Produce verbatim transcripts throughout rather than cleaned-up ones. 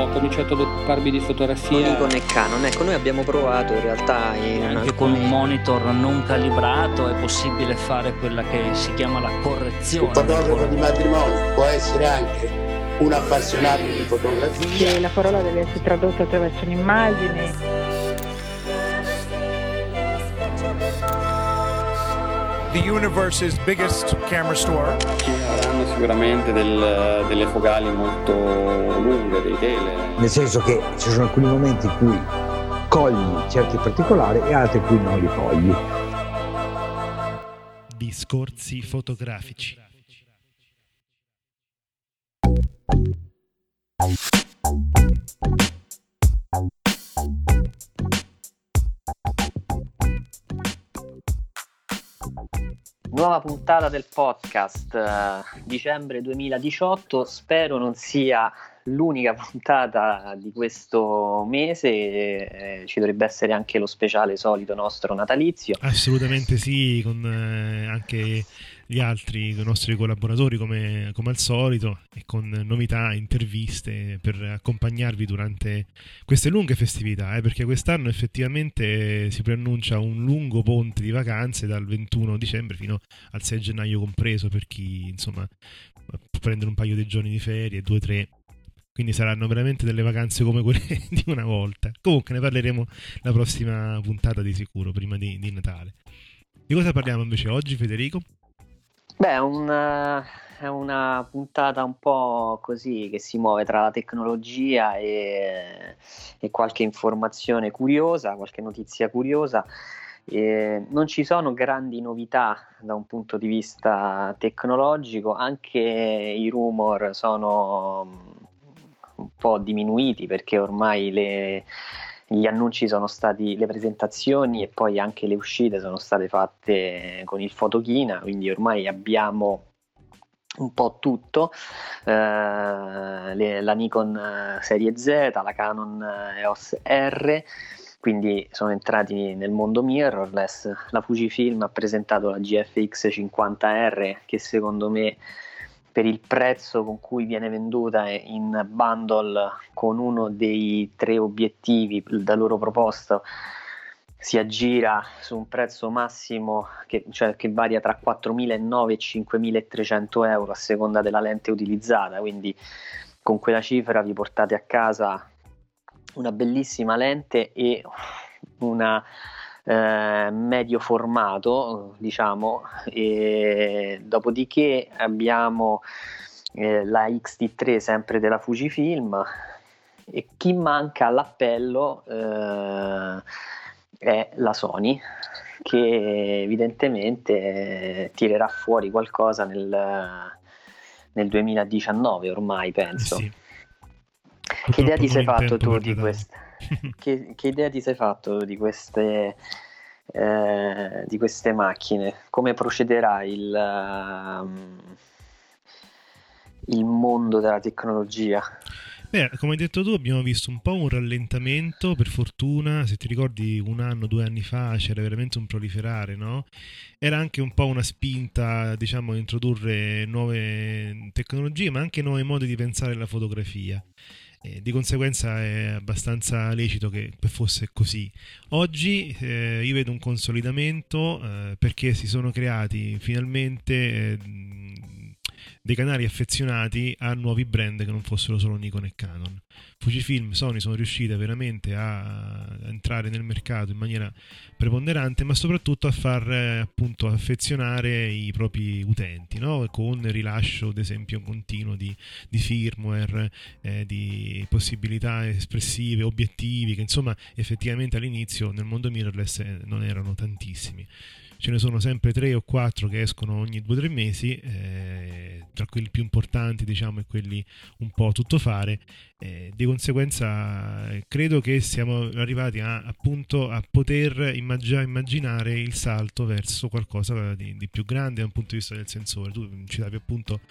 ho cominciato ad occuparmi di fotografia con Nikon e Canon. Ecco, noi abbiamo provato in realtà in anche alcuni... con un monitor non calibrato è possibile fare quella che si chiama la correzione. Un fotografo di matrimonio può essere anche un appassionato di fotografia. Che la parola deve essere tradotta attraverso un'immagine. The universe's biggest camera store. Ci avranno sicuramente del, delle focali molto lunghe, dei tele. Nel senso che ci sono alcuni momenti in cui cogli certi particolari e altri in cui non li cogli. Discorsi fotografici. Nuova puntata del podcast, eh, dicembre duemiladiciotto, spero non sia l'unica puntata di questo mese, eh, ci dovrebbe essere anche lo speciale solito nostro natalizio. Assolutamente sì, con eh, anche gli altri i nostri collaboratori come, come al solito e con novità, interviste per accompagnarvi durante queste lunghe festività, eh, perché quest'anno effettivamente si preannuncia un lungo ponte di vacanze dal ventuno dicembre fino al sei gennaio compreso, per chi insomma può prendere un paio di giorni di ferie, due o tre. Quindi saranno veramente delle vacanze come quelle di una volta. Comunque ne parleremo la prossima puntata di sicuro, prima di, di Natale. Di cosa parliamo invece oggi, Federico? Beh, un, è una puntata un po' così che si muove tra la tecnologia e, e qualche informazione curiosa, qualche notizia curiosa. E non ci sono grandi novità da un punto di vista tecnologico, anche i rumor sono un po' diminuiti perché ormai le, gli annunci sono stati, le presentazioni e poi anche le uscite sono state fatte con il fotochina, quindi ormai abbiamo un po' tutto, eh, le, la Nikon Serie Z, la Canon E O S R, quindi sono entrati nel mondo mirrorless. La Fujifilm ha presentato la G F X cinquanta R, che secondo me per il prezzo con cui viene venduta in bundle con uno dei tre obiettivi da loro proposto si aggira su un prezzo massimo che, cioè, che varia tra quattromilanovecento e cinquemilatrecento euro a seconda della lente utilizzata, quindi con quella cifra vi portate a casa una bellissima lente e una eh, medio formato, diciamo, e dopodiché abbiamo eh, la X T tre sempre della Fujifilm, e chi manca all'appello eh, è la Sony, che evidentemente eh, tirerà fuori qualcosa nel, nel duemiladiciannove ormai, penso. Sì. Che idea ti sei fatto tu di Natale. queste? Che, che idea ti sei fatto di queste eh, di queste macchine? Come procederà il, um, il mondo della tecnologia? Beh, come hai detto tu, abbiamo visto un po' un rallentamento, per fortuna. Se ti ricordi, un anno, due anni fa c'era veramente un proliferare, no? Era anche un po' una spinta, diciamo, a introdurre nuove tecnologie, ma anche nuovi modi di pensare la fotografia. E di conseguenza è abbastanza lecito che fosse così. Oggi eh, io vedo un consolidamento eh, perché si sono creati finalmente eh, dei canali affezionati a nuovi brand che non fossero solo Nikon e Canon. Fujifilm, Sony sono riuscite veramente a entrare nel mercato in maniera preponderante, ma soprattutto a far eh, appunto affezionare i propri utenti, no? Con il rilascio, ad esempio, continuo di, di firmware, eh, di possibilità espressive, obiettivi, che insomma effettivamente all'inizio nel mondo mirrorless eh, non erano tantissimi. Ce ne sono sempre tre o quattro che escono ogni due o tre mesi, eh, tra quelli più importanti, diciamo, e quelli un po' tuttofare. Eh, di conseguenza eh, credo che siamo arrivati a, appunto a poter immag- immaginare il salto verso qualcosa di, di più grande da un punto di vista del sensore. Tu citavi appunto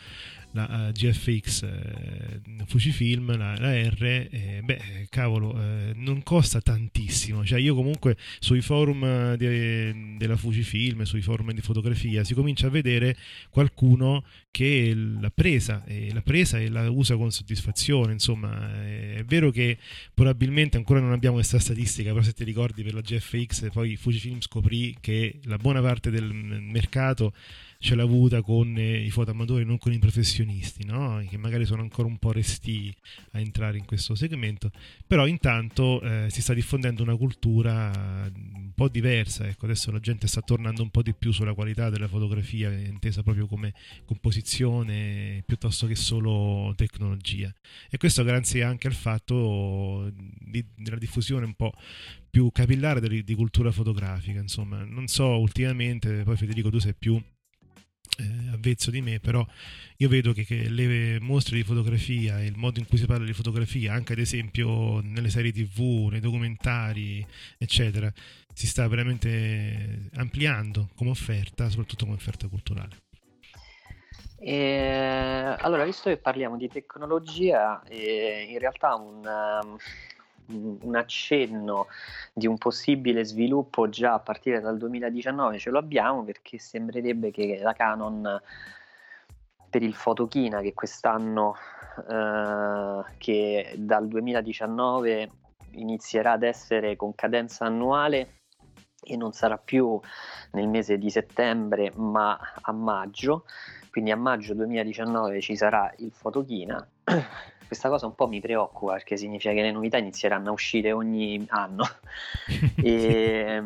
la uh, G F X eh, Fujifilm, la, la R, eh, beh cavolo, eh, non costa tantissimo, cioè io comunque sui forum de, della Fujifilm, sui forum di fotografia si comincia a vedere qualcuno che l'ha presa e l'ha presa e la usa con soddisfazione. Insomma, è vero che probabilmente ancora non abbiamo questa statistica, però se ti ricordi per la G F X poi Fujifilm scoprì che la buona parte del mercato ce l'ha avuta con i fotoamatori, non con i professionisti, no? Che magari sono ancora un po' restii a entrare in questo segmento, però intanto eh, si sta diffondendo una cultura un po' diversa, ecco, adesso la gente sta tornando un po' di più sulla qualità della fotografia, intesa proprio come composizione piuttosto che solo tecnologia, e questo grazie anche al fatto di, della diffusione un po' più capillare di, di cultura fotografica. Insomma, non so, ultimamente, poi Federico tu sei più Eh, avvezzo di me, però io vedo che, che le mostre di fotografia e il modo in cui si parla di fotografia, anche ad esempio nelle serie tv, nei documentari eccetera, si sta veramente ampliando come offerta, soprattutto come offerta culturale. E, allora, visto che parliamo di tecnologia, eh, in realtà un, um, un accenno di un possibile sviluppo già a partire dal duemiladiciannove ce lo abbiamo, perché sembrerebbe che la Canon per il Photokina, che quest'anno eh, che dal duemiladiciannove inizierà ad essere con cadenza annuale e non sarà più nel mese di settembre ma a maggio, quindi a maggio duemiladiciannove ci sarà il Photokina. Questa cosa un po' mi preoccupa, perché significa che le novità inizieranno a uscire ogni anno e,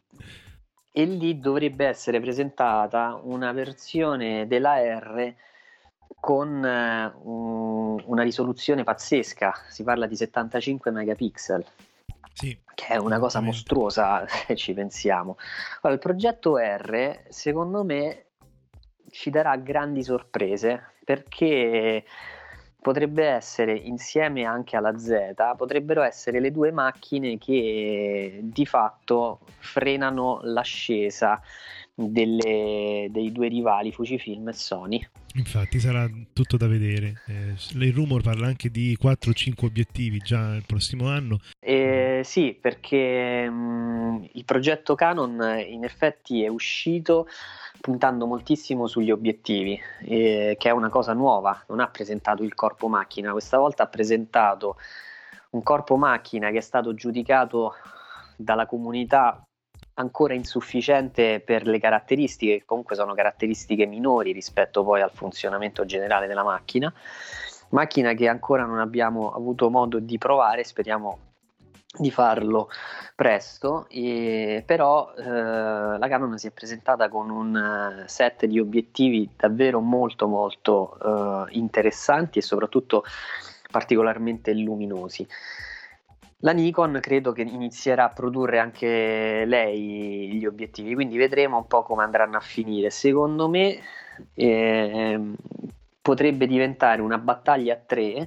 e lì dovrebbe essere presentata una versione della R con uh, una risoluzione pazzesca, si parla di settantacinque megapixel. Sì, che è una cosa mostruosa se ci pensiamo. Allora, il progetto R secondo me ci darà grandi sorprese, perché potrebbe essere, insieme anche alla Z, potrebbero essere le due macchine che di fatto frenano l'ascesa delle, dei due rivali Fujifilm e Sony. Infatti sarà tutto da vedere. Eh, il rumor parla anche di quattro o cinque obiettivi già il prossimo anno. Eh, sì, perché mh, il progetto Canon in effetti è uscito puntando moltissimo sugli obiettivi, eh, che è una cosa nuova. Non ha presentato il corpo macchina, questa volta ha presentato un corpo macchina che è stato giudicato dalla comunità ancora insufficiente per le caratteristiche, che comunque sono caratteristiche minori rispetto poi al funzionamento generale della macchina, macchina che ancora non abbiamo avuto modo di provare, speriamo di farlo presto. E però eh, la Canon si è presentata con un set di obiettivi davvero molto molto eh, interessanti e soprattutto particolarmente luminosi. La Nikon credo che inizierà a produrre anche lei gli obiettivi, quindi vedremo un po' come andranno a finire. Secondo me eh, potrebbe diventare una battaglia a tre,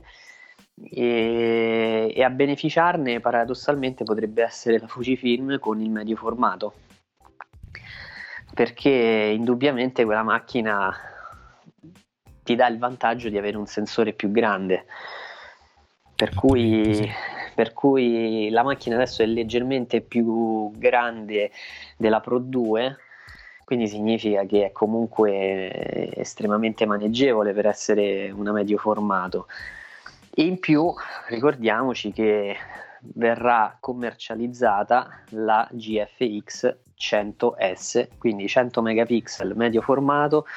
e, e a beneficiarne paradossalmente potrebbe essere la Fujifilm con il medio formato, perché indubbiamente quella macchina ti dà il vantaggio di avere un sensore più grande, per cui, per cui la macchina adesso è leggermente più grande della Pro due, quindi significa che è comunque estremamente maneggevole per essere una medio formato. E in più ricordiamoci che verrà commercializzata la G F X cento S, quindi cento megapixel medio formato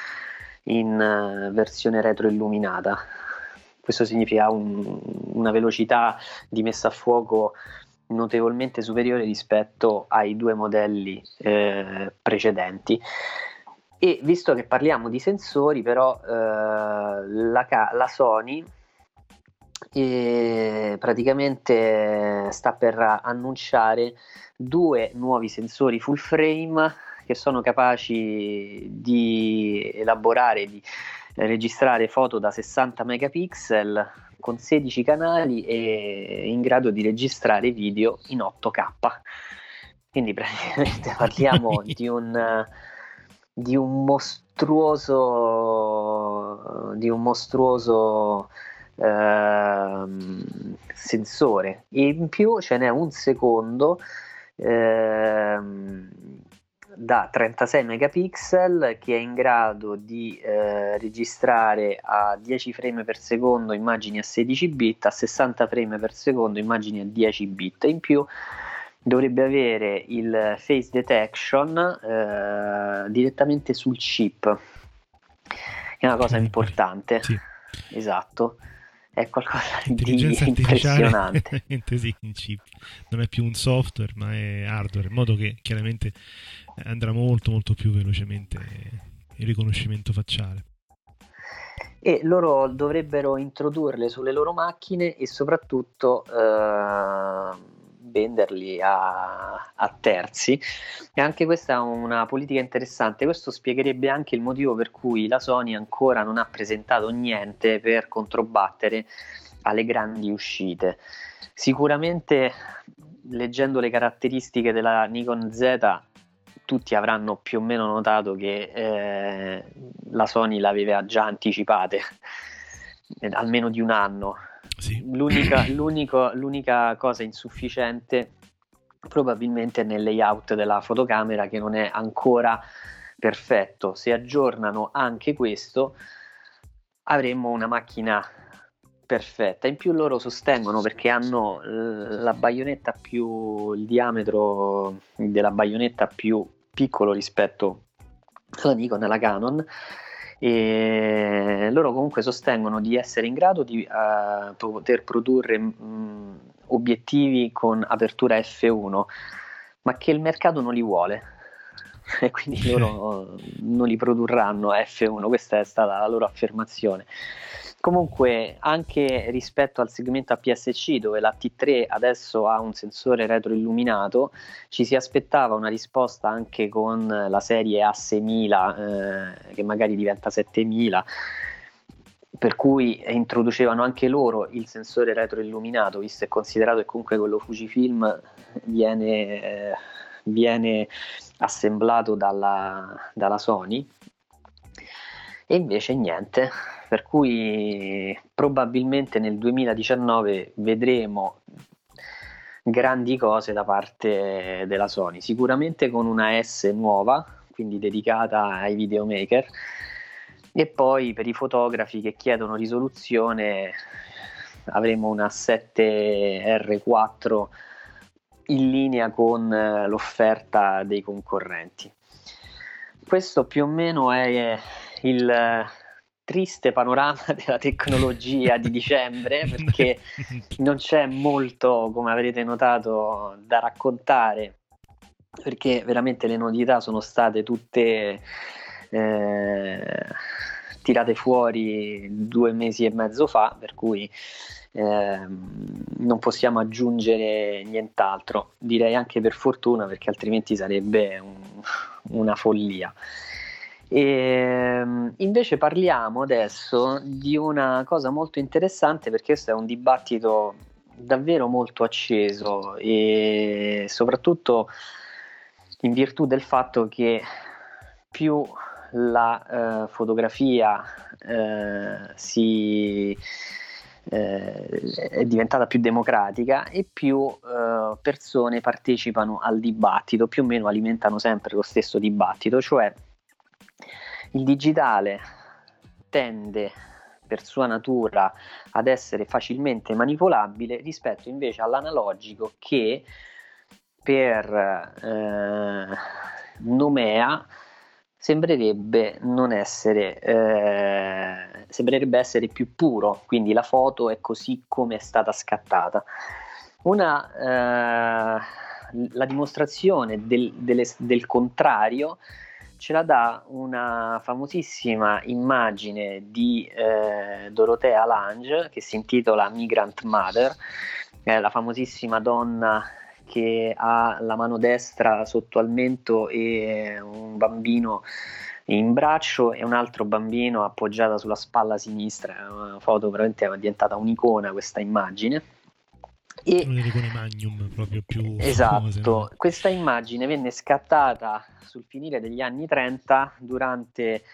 in versione retroilluminata. Questo significa un, una velocità di messa a fuoco notevolmente superiore rispetto ai due modelli eh, precedenti. E visto che parliamo di sensori, però eh, la, la Sony e praticamente sta per annunciare due nuovi sensori full frame che sono capaci di elaborare, di registrare foto da sessanta megapixel con sedici canali e in grado di registrare video in otto K. Quindi praticamente parliamo di un di un mostruoso mostruoso, di un mostruoso eh, sensore, e in più ce n'è un secondo eh, da trentasei megapixel che è in grado di eh, registrare a dieci frame per secondo immagini a sedici bit, a sessanta frame per secondo immagini a dieci bit. In più dovrebbe avere il face detection eh, direttamente sul chip, che è una cosa importante. Sì. Esatto, è qualcosa di Intelligenza impressionante. Sì, in chip. Non è più un software, ma è hardware, in modo che chiaramente andrà molto molto più velocemente il riconoscimento facciale. E loro dovrebbero introdurle sulle loro macchine e soprattutto eh, venderli a, a terzi, e anche questa è una politica interessante. Questo spiegherebbe anche il motivo per cui la Sony ancora non ha presentato niente per controbattere alle grandi uscite. Sicuramente, leggendo le caratteristiche della Nikon Z, tutti avranno più o meno notato che eh, la Sony l'aveva già anticipate almeno di un anno. Sì. L'unica, l'unico, l'unica cosa insufficiente probabilmente è nel layout della fotocamera, che non è ancora perfetto. Se aggiornano anche questo, avremmo una macchina perfetta. In più loro sostengono, perché hanno la baionetta più, il diametro della baionetta più piccolo rispetto alla Nikon e alla Canon, e loro comunque sostengono di essere in grado di uh, poter produrre mh, obiettivi con apertura effe uno, ma che il mercato non li vuole e quindi loro non li produrranno a effe uno. Questa è stata la loro affermazione. Comunque, anche rispetto al segmento A P S C, dove la T tre adesso ha un sensore retroilluminato, ci si aspettava una risposta anche con la serie A seimila, eh, che magari diventa settemila, per cui introducevano anche loro il sensore retroilluminato, visto e considerato che comunque quello Fujifilm viene, eh, viene assemblato dalla, dalla Sony. E invece niente, per cui probabilmente nel duemiladiciannove vedremo grandi cose da parte della Sony, sicuramente con una S nuova, quindi dedicata ai videomaker, e poi per i fotografi che chiedono risoluzione avremo una sette erre quattro in linea con l'offerta dei concorrenti. Questo più o meno è il triste panorama della tecnologia di dicembre, perché non c'è molto, come avrete notato, da raccontare, perché veramente le novità sono state tutte eh, tirate fuori due mesi e mezzo fa, per cui eh, non possiamo aggiungere nient'altro, direi anche per fortuna, perché altrimenti sarebbe un, una follia. E invece parliamo adesso di una cosa molto interessante, perché questo è un dibattito davvero molto acceso, e soprattutto in virtù del fatto che più la eh, fotografia eh, si eh, è diventata più democratica e più eh, persone partecipano al dibattito, più o meno alimentano sempre lo stesso dibattito, cioè il digitale tende per sua natura ad essere facilmente manipolabile, rispetto invece all'analogico, che per eh, nomea sembrerebbe non essere eh, sembrerebbe essere più puro, quindi la foto è così come è stata scattata. Una eh, la dimostrazione del, delle, del contrario ce la dà una famosissima immagine di eh, Dorothea Lange, che si intitola Migrant Mother, è la famosissima donna che ha la mano destra sotto al mento e un bambino in braccio e un altro bambino appoggiata sulla spalla sinistra. È una foto veramente, è diventata un'icona questa immagine. E una delle icone Magnum proprio più esatto, famose, no? Questa immagine venne scattata sul finire degli anni trenta durante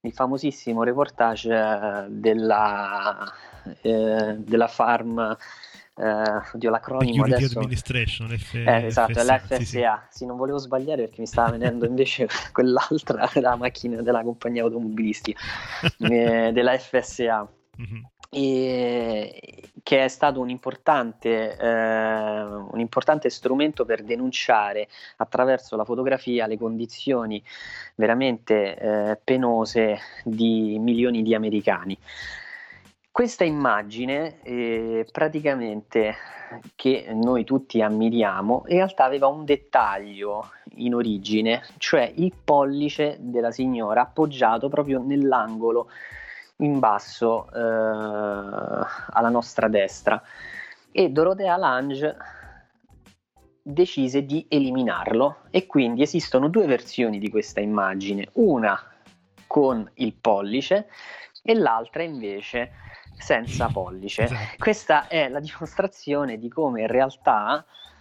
il famosissimo reportage eh, della, eh, della Farm, eh, oddio l'acronimo Security adesso, Administration, F- eh, esatto, F S A, l'F S A, sì, sì. sì, non volevo sbagliare perché mi stava venendo invece quell'altra, la macchina della compagnia automobilistica, eh, della F S A. Mm-hmm. E che è stato un importante, eh, un importante strumento per denunciare attraverso la fotografia le condizioni veramente eh, penose di milioni di americani. Questa immagine eh, praticamente che noi tutti ammiriamo in realtà aveva un dettaglio in origine, cioè il pollice della signora appoggiato proprio nell'angolo in basso eh, alla nostra destra, e Dorothea Lange decise di eliminarlo, e quindi esistono due versioni di questa immagine, una con il pollice e l'altra invece senza pollice. Esatto. Questa è la dimostrazione di come in realtà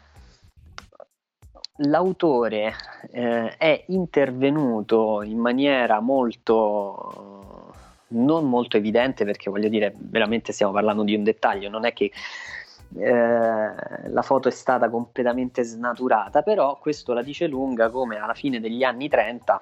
l'autore eh, è intervenuto in maniera molto non molto evidente, perché voglio dire, veramente stiamo parlando di un dettaglio, non è che eh, la foto è stata completamente snaturata, però questo la dice lunga come alla fine degli anni trenta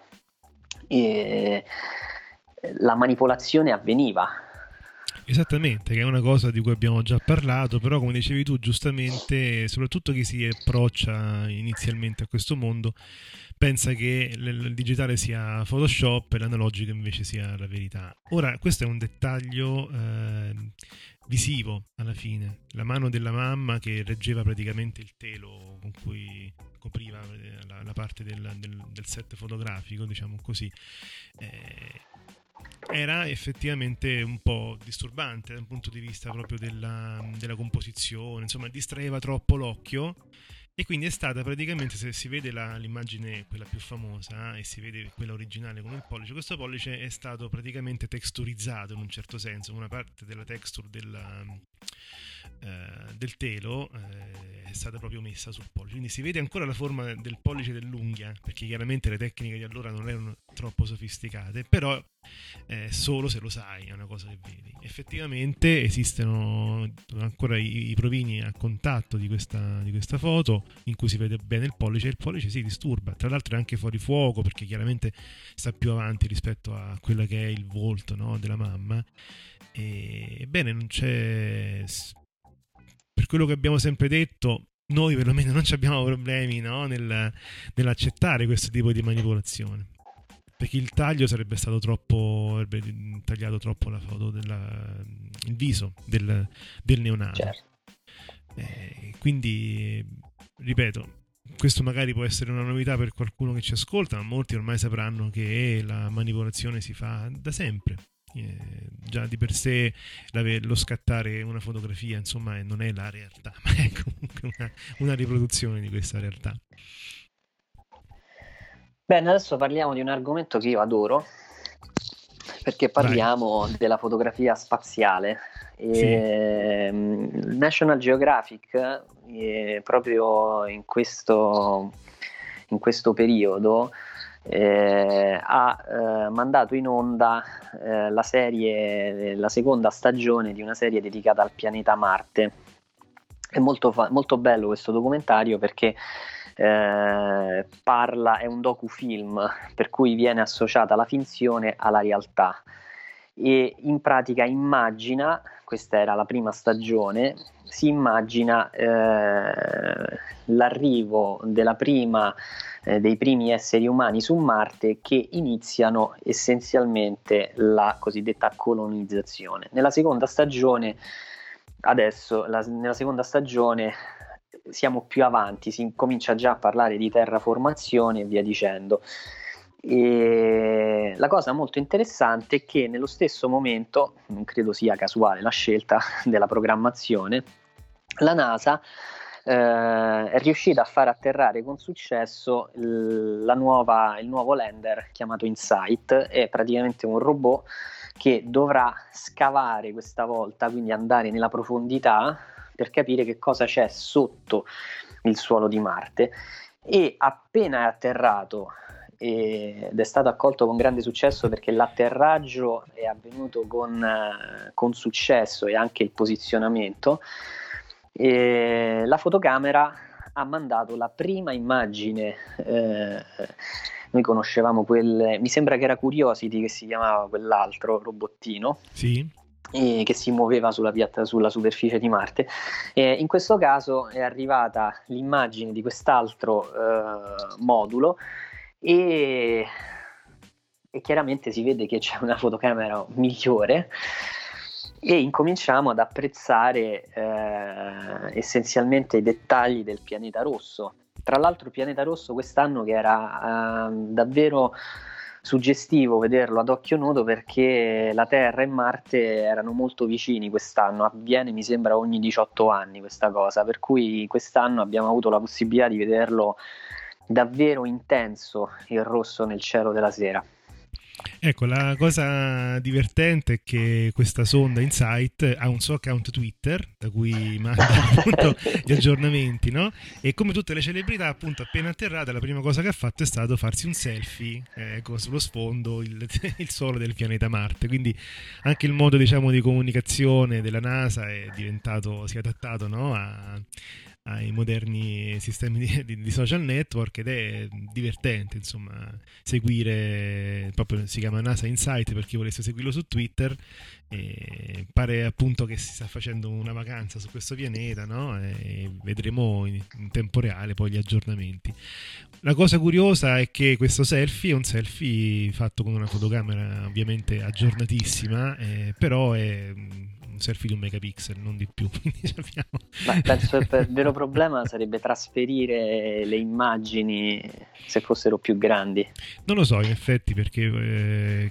eh, la manipolazione avveniva. Esattamente, che è una cosa di cui abbiamo già parlato, però come dicevi tu giustamente, soprattutto chi si approccia inizialmente a questo mondo pensa che il digitale sia Photoshop e l'analogico invece sia la verità. Ora, questo è un dettaglio eh, visivo alla fine, la mano della mamma che reggeva praticamente il telo con cui copriva la, la parte del, del, del set fotografico, diciamo così, eh, era effettivamente un po' disturbante dal punto di vista proprio della, della composizione, insomma distraeva troppo l'occhio, e quindi è stata praticamente, se si vede la, l'immagine quella più famosa e si vede quella originale con il pollice, questo pollice è stato praticamente texturizzato in un certo senso, una parte della texture della, eh, del telo eh, è stata proprio messa sul pollice, quindi si vede ancora la forma del pollice e dell'unghia, perché chiaramente le tecniche di allora non erano troppo sofisticate, però eh, solo se lo sai è una cosa che vedi. Effettivamente esistono ancora i, i provini a contatto di questa, di questa foto in cui si vede bene il pollice, e il pollice si disturba, tra l'altro è anche fuori fuoco perché chiaramente sta più avanti rispetto a quello che è il volto, no, della mamma. E, ebbene, non c'è, per quello che abbiamo sempre detto, noi perlomeno non abbiamo problemi, no, nel, nell'accettare questo tipo di manipolazione, perché il taglio sarebbe stato troppo, avrebbe tagliato troppo la foto della, il viso del, del neonato. Certo. Eh, quindi ripeto, questo magari può essere una novità per qualcuno che ci ascolta, ma molti ormai sapranno che la manipolazione si fa da sempre. Eh, già di per sé lo scattare una fotografia, insomma, non è la realtà, ma è comunque una, una riproduzione di questa realtà. Bene, adesso parliamo di un argomento che io adoro, perché parliamo Vai. della fotografia spaziale. E sì. National Geographic eh, proprio in questo, in questo periodo eh, ha eh, mandato in onda eh, la serie, la seconda stagione di una serie dedicata al pianeta Marte. È molto, fa- molto bello questo documentario perché Eh, parla, è un docufilm per cui viene associata la finzione alla realtà, e in pratica immagina, questa era la prima stagione, si immagina eh, l'arrivo della prima, eh, dei primi esseri umani su Marte, che iniziano essenzialmente la cosiddetta colonizzazione. Nella seconda stagione adesso, la, nella seconda stagione siamo più avanti, si comincia già a parlare di terraformazione e via dicendo. E la cosa molto interessante è che nello stesso momento, non credo sia casuale la scelta della programmazione, la NASA eh, è riuscita a far atterrare con successo il, la nuova, il nuovo lander chiamato InSight. È praticamente un robot che dovrà scavare questa volta, quindi andare nella profondità per capire che cosa c'è sotto il suolo di Marte, e appena è atterrato ed è stato accolto con grande successo perché l'atterraggio è avvenuto con, con successo e anche il posizionamento. E la fotocamera ha mandato la prima immagine, eh, noi conoscevamo quel, mi sembra che era Curiosity che si chiamava quell'altro robottino, sì, e che si muoveva sulla, piatta, sulla superficie di Marte, e in questo caso è arrivata l'immagine di quest'altro eh, modulo e, e chiaramente si vede che c'è una fotocamera migliore. E incominciamo ad apprezzare eh, essenzialmente i dettagli del pianeta rosso. Tra l'altro il pianeta rosso quest'anno che era eh, davvero suggestivo vederlo ad occhio nudo, perché la Terra e Marte erano molto vicini quest'anno, avviene mi sembra ogni diciotto anni questa cosa, per cui quest'anno abbiamo avuto la possibilità di vederlo davvero intenso, il rosso nel cielo della sera. Ecco, la cosa divertente è che questa sonda InSight ha un suo account Twitter da cui manda appunto gli aggiornamenti, no? E come tutte le celebrità, appunto, appena atterrata, la prima cosa che ha fatto è stato farsi un selfie eh, con sullo sfondo il, il suolo del pianeta Marte. Quindi anche il modo, diciamo, di comunicazione della NASA è diventato, si è adattato, no? a ai moderni sistemi di, di, di social network, ed è divertente, insomma, seguire, proprio si chiama NASA Insight per chi volesse seguirlo su Twitter, e pare appunto che si sta facendo una vacanza su questo pianeta, no? E vedremo in, in tempo reale poi gli aggiornamenti. La cosa curiosa è che questo selfie è un selfie fatto con una fotocamera ovviamente aggiornatissima, eh, però è un selfie di un megapixel, non di più. Ma penso che il vero problema sarebbe trasferire le immagini se fossero più grandi. Non lo so, in effetti, perché eh,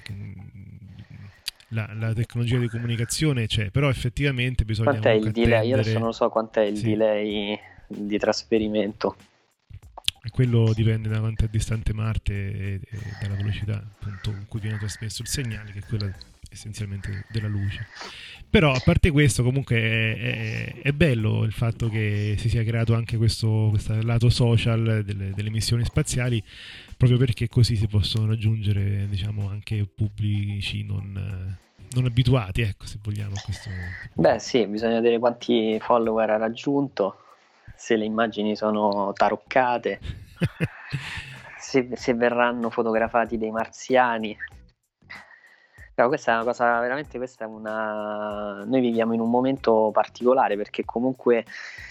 la, la tecnologia di comunicazione c'è, però effettivamente bisogna... Quant'è il attendere... delay? Io adesso non lo so quant'è il sì. delay di trasferimento. E quello dipende da quanto è distante Marte e, e dalla velocità appunto con cui viene trasmesso il segnale, che è quella essenzialmente della luce. Però a parte questo, comunque è, è, è bello il fatto che si sia creato anche questo, questo lato social delle, delle missioni spaziali, proprio perché così si possono raggiungere, diciamo, anche pubblici non, non abituati, ecco, se vogliamo, a questo. Beh sì, bisogna vedere quanti follower ha raggiunto, se le immagini sono taroccate, se, se verranno fotografati dei marziani. No, questa è una cosa veramente, questa è una... Noi viviamo in un momento particolare, perché comunque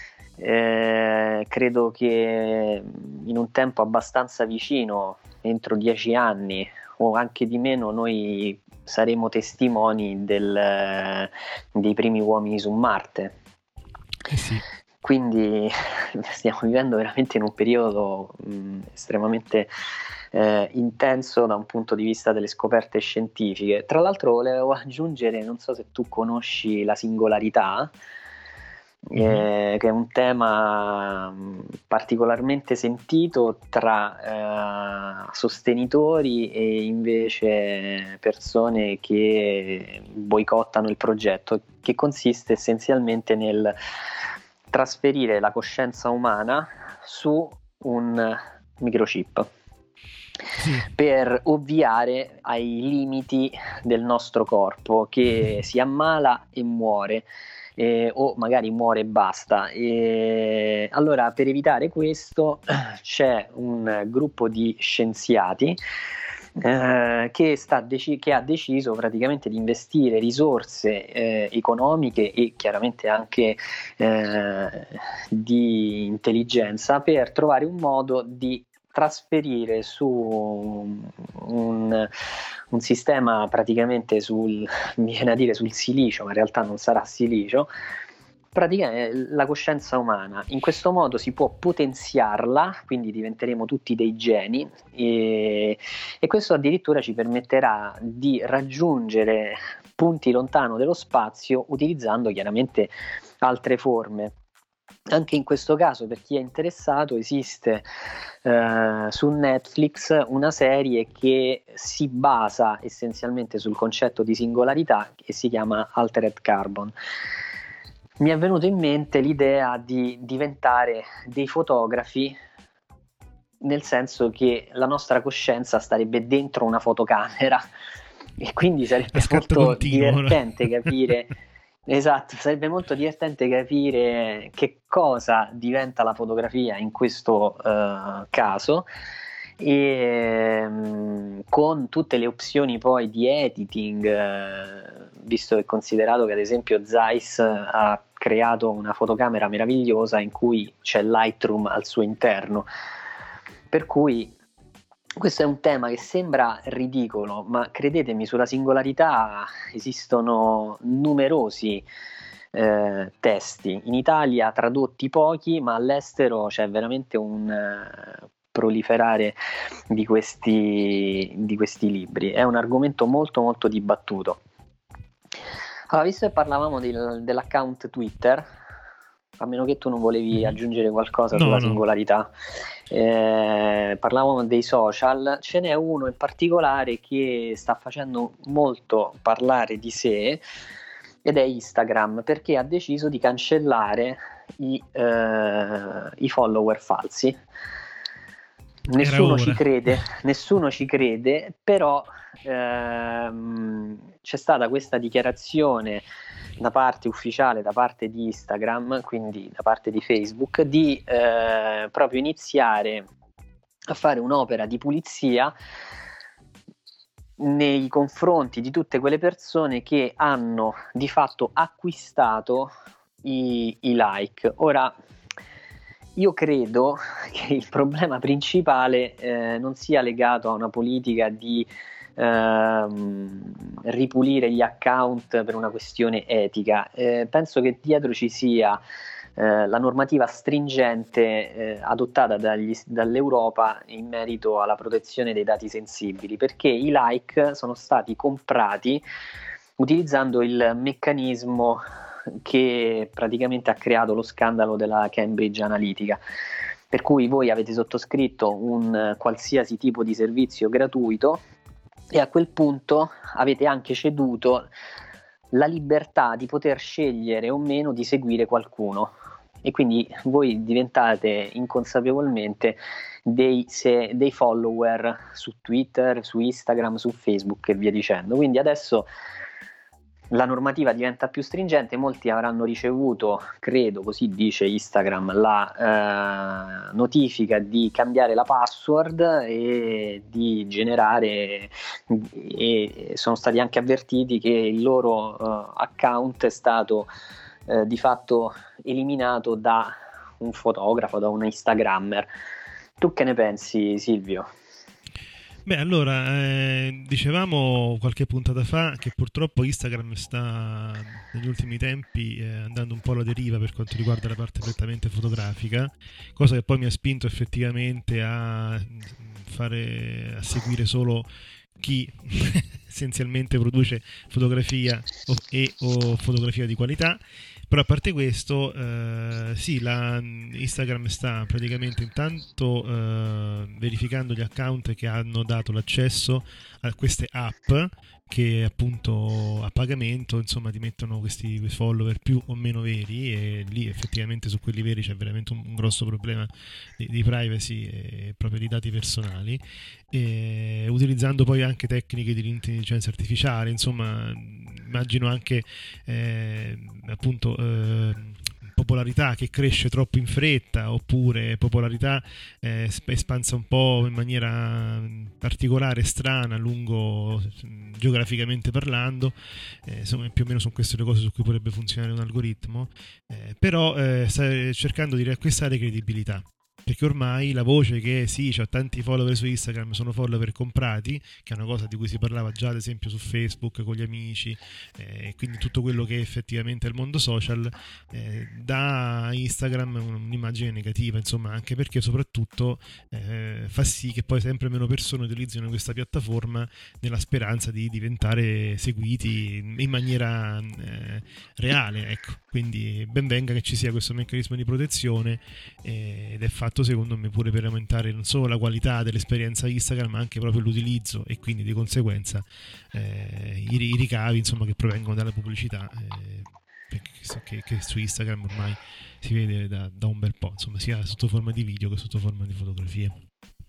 eh, credo che in un tempo abbastanza vicino, entro dieci anni o anche di meno, noi saremo testimoni del, dei primi uomini su Marte. Eh sì. Quindi stiamo vivendo veramente in un periodo mh, estremamente eh, intenso da un punto di vista delle scoperte scientifiche. Tra l'altro volevo aggiungere, non so se tu conosci la singolarità, eh, che è un tema mh, particolarmente sentito tra eh, sostenitori e invece persone che boicottano il progetto, che consiste essenzialmente nel trasferire la coscienza umana su un microchip, sì, per ovviare ai limiti del nostro corpo, che si ammala e muore, eh, o magari muore e basta. E allora, per evitare questo, c'è un gruppo di scienziati Eh, che, sta deci- che ha deciso praticamente di investire risorse eh, economiche e chiaramente anche eh, di intelligenza per trovare un modo di trasferire su un, un sistema praticamente sul, mi viene a dire sul silicio, ma in realtà non sarà silicio, praticamente la coscienza umana. In questo modo si può potenziarla, quindi diventeremo tutti dei geni, e, e questo addirittura ci permetterà di raggiungere punti lontano dello spazio utilizzando chiaramente altre forme. Anche in questo caso, per chi è interessato, esiste eh, su Netflix una serie che si basa essenzialmente sul concetto di singolarità, che si chiama Altered Carbon. Mi è venuto in mente l'idea di diventare dei fotografi nel senso che la nostra coscienza starebbe dentro una fotocamera e quindi sarebbe molto continuo, divertente capire esatto, sarebbe molto divertente capire che cosa diventa la fotografia in questo uh, caso, e um, con tutte le opzioni poi di editing, uh, visto e considerato che ad esempio Zeiss ha creato una fotocamera meravigliosa in cui c'è Lightroom al suo interno, per cui questo è un tema che sembra ridicolo, ma credetemi, sulla singolarità esistono numerosi eh, testi, in Italia tradotti pochi, ma all'estero c'è veramente un uh, proliferare di questi, di questi libri. È un argomento molto molto dibattuto. Allora, visto che parlavamo del, dell'account Twitter, a meno che tu non volevi aggiungere qualcosa no, sulla no. singolarità, eh, parlavamo dei social, ce n'è uno in particolare che sta facendo molto parlare di sé ed è Instagram, perché ha deciso di cancellare i, eh, i follower falsi. Nessuno ci crede, nessuno ci crede, però ehm, c'è stata questa dichiarazione da parte ufficiale, da parte di Instagram, quindi da parte di Facebook, di eh, proprio iniziare a fare un'opera di pulizia nei confronti di tutte quelle persone che hanno di fatto acquistato i, i like. Ora, io credo che il problema principale eh, non sia legato a una politica di ehm, ripulire gli account per una questione etica. Eh, penso che dietro ci sia eh, la normativa stringente eh, adottata dagli, dall'Europa in merito alla protezione dei dati sensibili, perché i like sono stati comprati utilizzando il meccanismo che praticamente ha creato lo scandalo della Cambridge Analytica, per cui voi avete sottoscritto un qualsiasi tipo di servizio gratuito e a quel punto avete anche ceduto la libertà di poter scegliere o meno di seguire qualcuno, e quindi voi diventate inconsapevolmente dei, se, dei follower su Twitter, su Instagram, su Facebook e via dicendo. Quindi adesso la normativa diventa più stringente, molti avranno ricevuto, credo, così dice Instagram, la eh, notifica di cambiare la password e di generare, e sono stati anche avvertiti che il loro eh, account è stato eh, di fatto eliminato da un fotografo, da un Instagrammer. Tu che ne pensi, Silvio? Beh, allora, eh, dicevamo qualche puntata fa che purtroppo Instagram sta negli ultimi tempi eh, andando un po' alla deriva per quanto riguarda la parte prettamente fotografica, cosa che poi mi ha spinto effettivamente a fare, a seguire solo chi essenzialmente produce fotografia o, e o fotografia di qualità. Però a parte questo, eh, sì, la, Instagram sta praticamente intanto eh, verificando gli account che hanno dato l'accesso a queste app che appunto a pagamento, insomma, ti mettono questi, questi follower più o meno veri, e lì effettivamente su quelli veri c'è veramente un, un grosso problema di, di privacy e proprio di dati personali, e utilizzando poi anche tecniche di intelligenza artificiale, insomma, immagino anche eh, appunto eh, popolarità che cresce troppo in fretta, oppure popolarità eh, espansa un po' in maniera particolare, strana, lungo geograficamente parlando, eh, insomma più o meno sono queste le cose su cui potrebbe funzionare un algoritmo, eh, però eh, sta cercando di riacquistare credibilità, perché ormai la voce che sì, c'ho tanti follower su Instagram, sono follower comprati, che è una cosa di cui si parlava già ad esempio su Facebook con gli amici, eh, quindi tutto quello che effettivamente è il mondo social, eh, dà a Instagram un'immagine negativa, insomma, anche perché soprattutto eh, fa sì che poi sempre meno persone utilizzino questa piattaforma nella speranza di diventare seguiti in maniera eh, reale, ecco. Quindi ben venga che ci sia questo meccanismo di protezione, eh, ed è fatto secondo me pure per aumentare non solo la qualità dell'esperienza Instagram, ma anche proprio l'utilizzo e quindi di conseguenza eh, i, i ricavi, insomma, che provengono dalla pubblicità, eh, che, che su Instagram ormai si vede da, da un bel po', insomma, sia sotto forma di video che sotto forma di fotografie.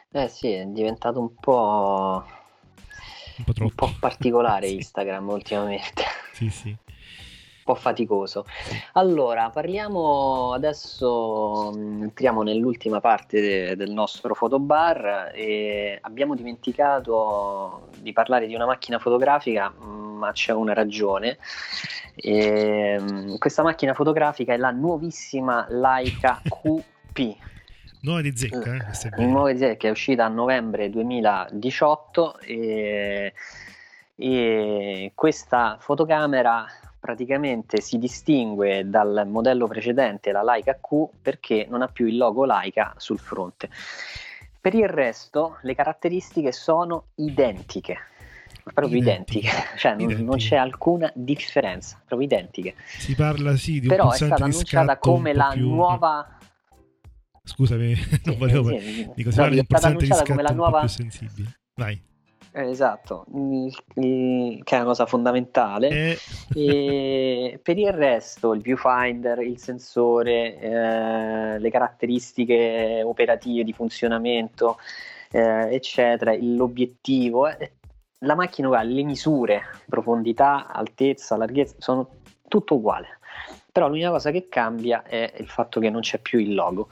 Eh sì, è diventato un po', un po' troppo, un po' particolare sì. Instagram ultimamente. Sì, sì. Un po' faticoso. Allora, parliamo adesso, mh, entriamo nell'ultima parte de- del nostro fotobar e abbiamo dimenticato di parlare di una macchina fotografica, mh, ma c'è una ragione. E, mh, questa macchina fotografica è la nuovissima Leica Q P. Nuova di zecca, eh? Questo è Il vero. nuova di zecca che è uscita a novembre duemiladiciotto e, e questa fotocamera praticamente si distingue dal modello precedente, la Leica Q, perché non ha più il logo Leica sul fronte. Per il resto le caratteristiche sono identiche, proprio Identiche. identiche, cioè non, Identiche. non c'è alcuna differenza, proprio identiche. Si parla sì di un Però è pulsante stata di annunciata scatto come un po' la più... nuova... Scusami, non Sì, volevo... sì, sì. Dico, si No, parla di un è stata pulsante di annunciata come scatto la un po' nuova... più sensibile. Vai. Eh, Esatto, il- il- che è una cosa fondamentale. Eh, E per il resto, il viewfinder, il sensore, eh, le caratteristiche operative di funzionamento, eh, eccetera, l'obiettivo, eh, la macchina ha le misure, profondità, altezza, larghezza, sono tutto uguale. Però l'unica cosa che cambia è il fatto che non c'è più il logo.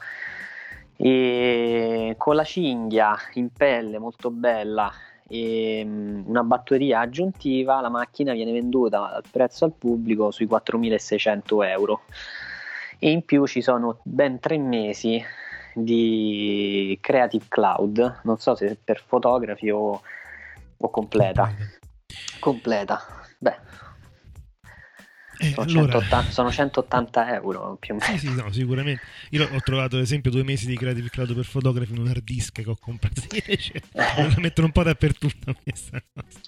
E con la cinghia in pelle molto bella e mm, una batteria aggiuntiva, la macchina viene venduta al prezzo al pubblico sui quattromilaseicento euro e in più ci sono ben tre mesi di Creative Cloud, non so se per fotografi o, o completa. Completa, beh, Eh, sono, allora- centottanta, sono centottanta euro più o meno. Sì, sì, no, sicuramente. Io ho trovato ad esempio due mesi di Creative Cloud per fotografi in un hard disk che ho comprato ieri, cioè, la mettono un po' dappertutto questa cosa.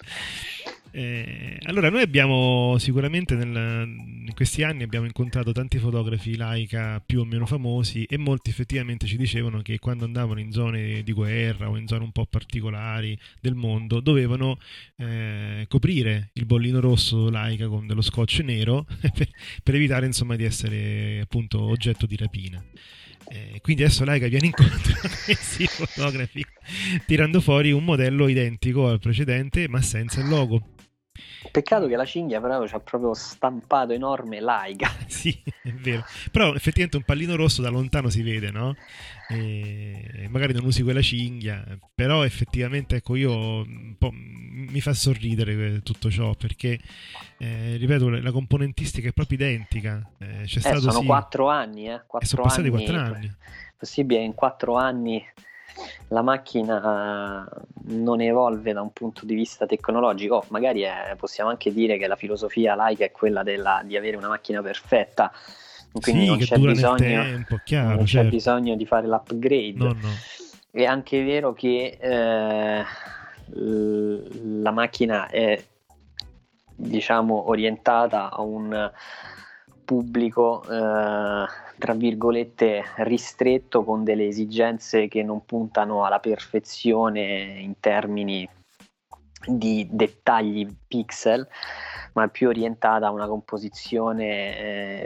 Eh, allora, noi abbiamo sicuramente nel- in questi anni abbiamo incontrato tanti fotografi Leica più o meno famosi e molti effettivamente ci dicevano che quando andavano in zone di guerra o in zone un po' particolari del mondo dovevano eh, coprire il bollino rosso Leica con dello scotch nero per, per evitare insomma di essere appunto oggetto di rapina. Eh, quindi adesso Leica viene incontro a questi fotografi tirando fuori un modello identico al precedente ma senza il logo. Peccato che la cinghia però c'ha proprio stampato enorme Leica. Sì, è vero. Però effettivamente un pallino rosso da lontano si vede, no? E magari non usi quella cinghia, però effettivamente ecco io un po' mi fa sorridere tutto ciò perché eh, ripeto la componentistica è proprio identica. Eh, c'è Eh, stato sono sì, quattro anni, eh, e quattro sono passati anni. quattro anni. Possibile che in quattro anni la macchina eh, non evolve da un punto di vista tecnologico. Oh, magari eh, possiamo anche dire che la filosofia Leica è quella della, di avere una macchina perfetta, quindi Sì, non che c'è dura bisogno, nel tempo, chiaro, non c'è certo. bisogno di fare l'upgrade. No, no. È anche vero che eh, l- la macchina è diciamo orientata a un pubblico eh, tra virgolette ristretto, con delle esigenze che non puntano alla perfezione in termini di dettagli pixel, ma è più orientata a una composizione eh,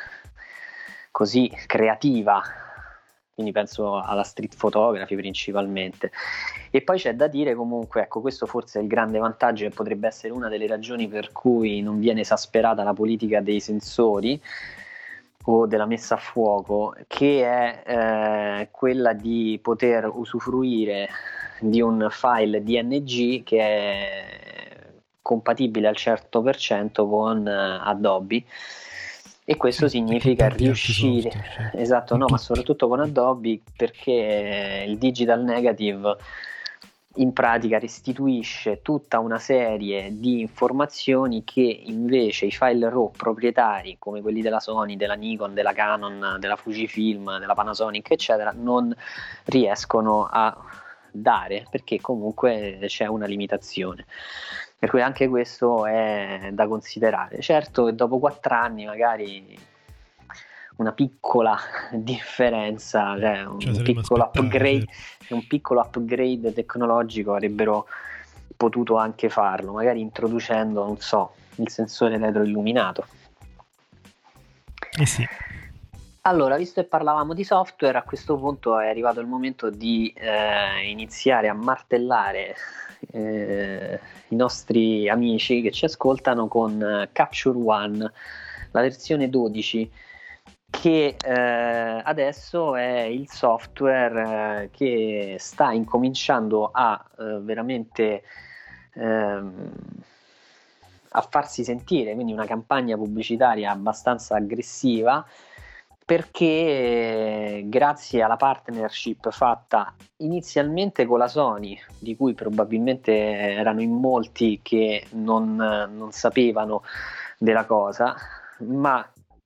così creativa, quindi penso alla street photography principalmente. E poi c'è da dire comunque, ecco, questo forse è il grande vantaggio e potrebbe essere una delle ragioni per cui non viene esasperata la politica dei sensori o della messa a fuoco, che è eh, quella di poter usufruire di un file D N G che è compatibile al cento per cento con eh, Adobe. E questo Sì, significa e con tanti altri riuscire, software, certo. esatto, Con no, ma tutti. soprattutto con Adobe, perché il digital negative in pratica restituisce tutta una serie di informazioni che invece i file RAW proprietari come quelli della Sony, della Nikon, della Canon, della Fujifilm, della Panasonic eccetera non riescono a dare, perché comunque c'è una limitazione. Per cui anche questo è da considerare. Certo che dopo quattro anni magari una piccola differenza, cioè un, Cioè, saremmo piccolo aspettati, upgrade, certo. un piccolo upgrade tecnologico avrebbero potuto anche farlo, magari introducendo, non so, il sensore retroilluminato. Eh sì. Allora, visto che parlavamo di software, a questo punto è arrivato il momento di eh, iniziare a martellare eh, i nostri amici che ci ascoltano con eh, Capture One, la versione dodici, che eh, adesso è il software eh, che sta incominciando a eh, veramente ehm, a farsi sentire, quindi una campagna pubblicitaria abbastanza aggressiva, perché grazie alla partnership fatta inizialmente con la Sony, di cui probabilmente erano in molti che non, non sapevano della cosa, ma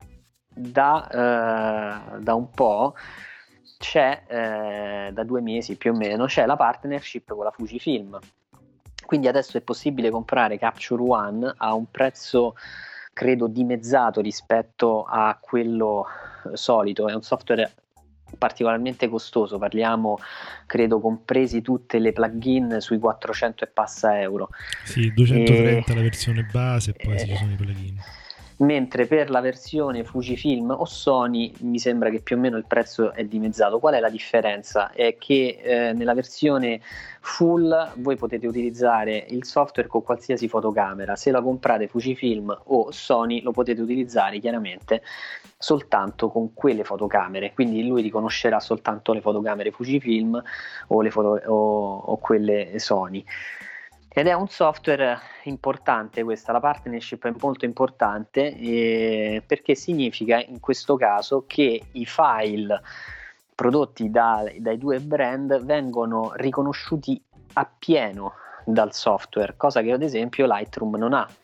da, eh, da un po' c'è, eh, da due mesi più o meno, c'è la partnership con la Fujifilm. Quindi adesso è possibile comprare Capture One a un prezzo credo dimezzato rispetto a quello solito. È un software particolarmente costoso, parliamo credo compresi tutte le plugin sui quattrocento e passa euro. Sì, duecentotrenta e, la versione base e poi eh, ci sono i plugin. Mentre per la versione Fujifilm o Sony mi sembra che più o meno il prezzo è dimezzato. Qual è la differenza? È che eh, nella versione full voi potete utilizzare il software con qualsiasi fotocamera. Se la comprate Fujifilm o Sony lo potete utilizzare chiaramente soltanto con quelle fotocamere, quindi lui riconoscerà soltanto le fotocamere Fujifilm o, le foto- o, o quelle Sony. Ed è un software importante questa, la partnership è molto importante eh, perché significa in questo caso che i file prodotti da, dai due brand vengono riconosciuti appieno dal software, cosa che ad esempio Lightroom non ha.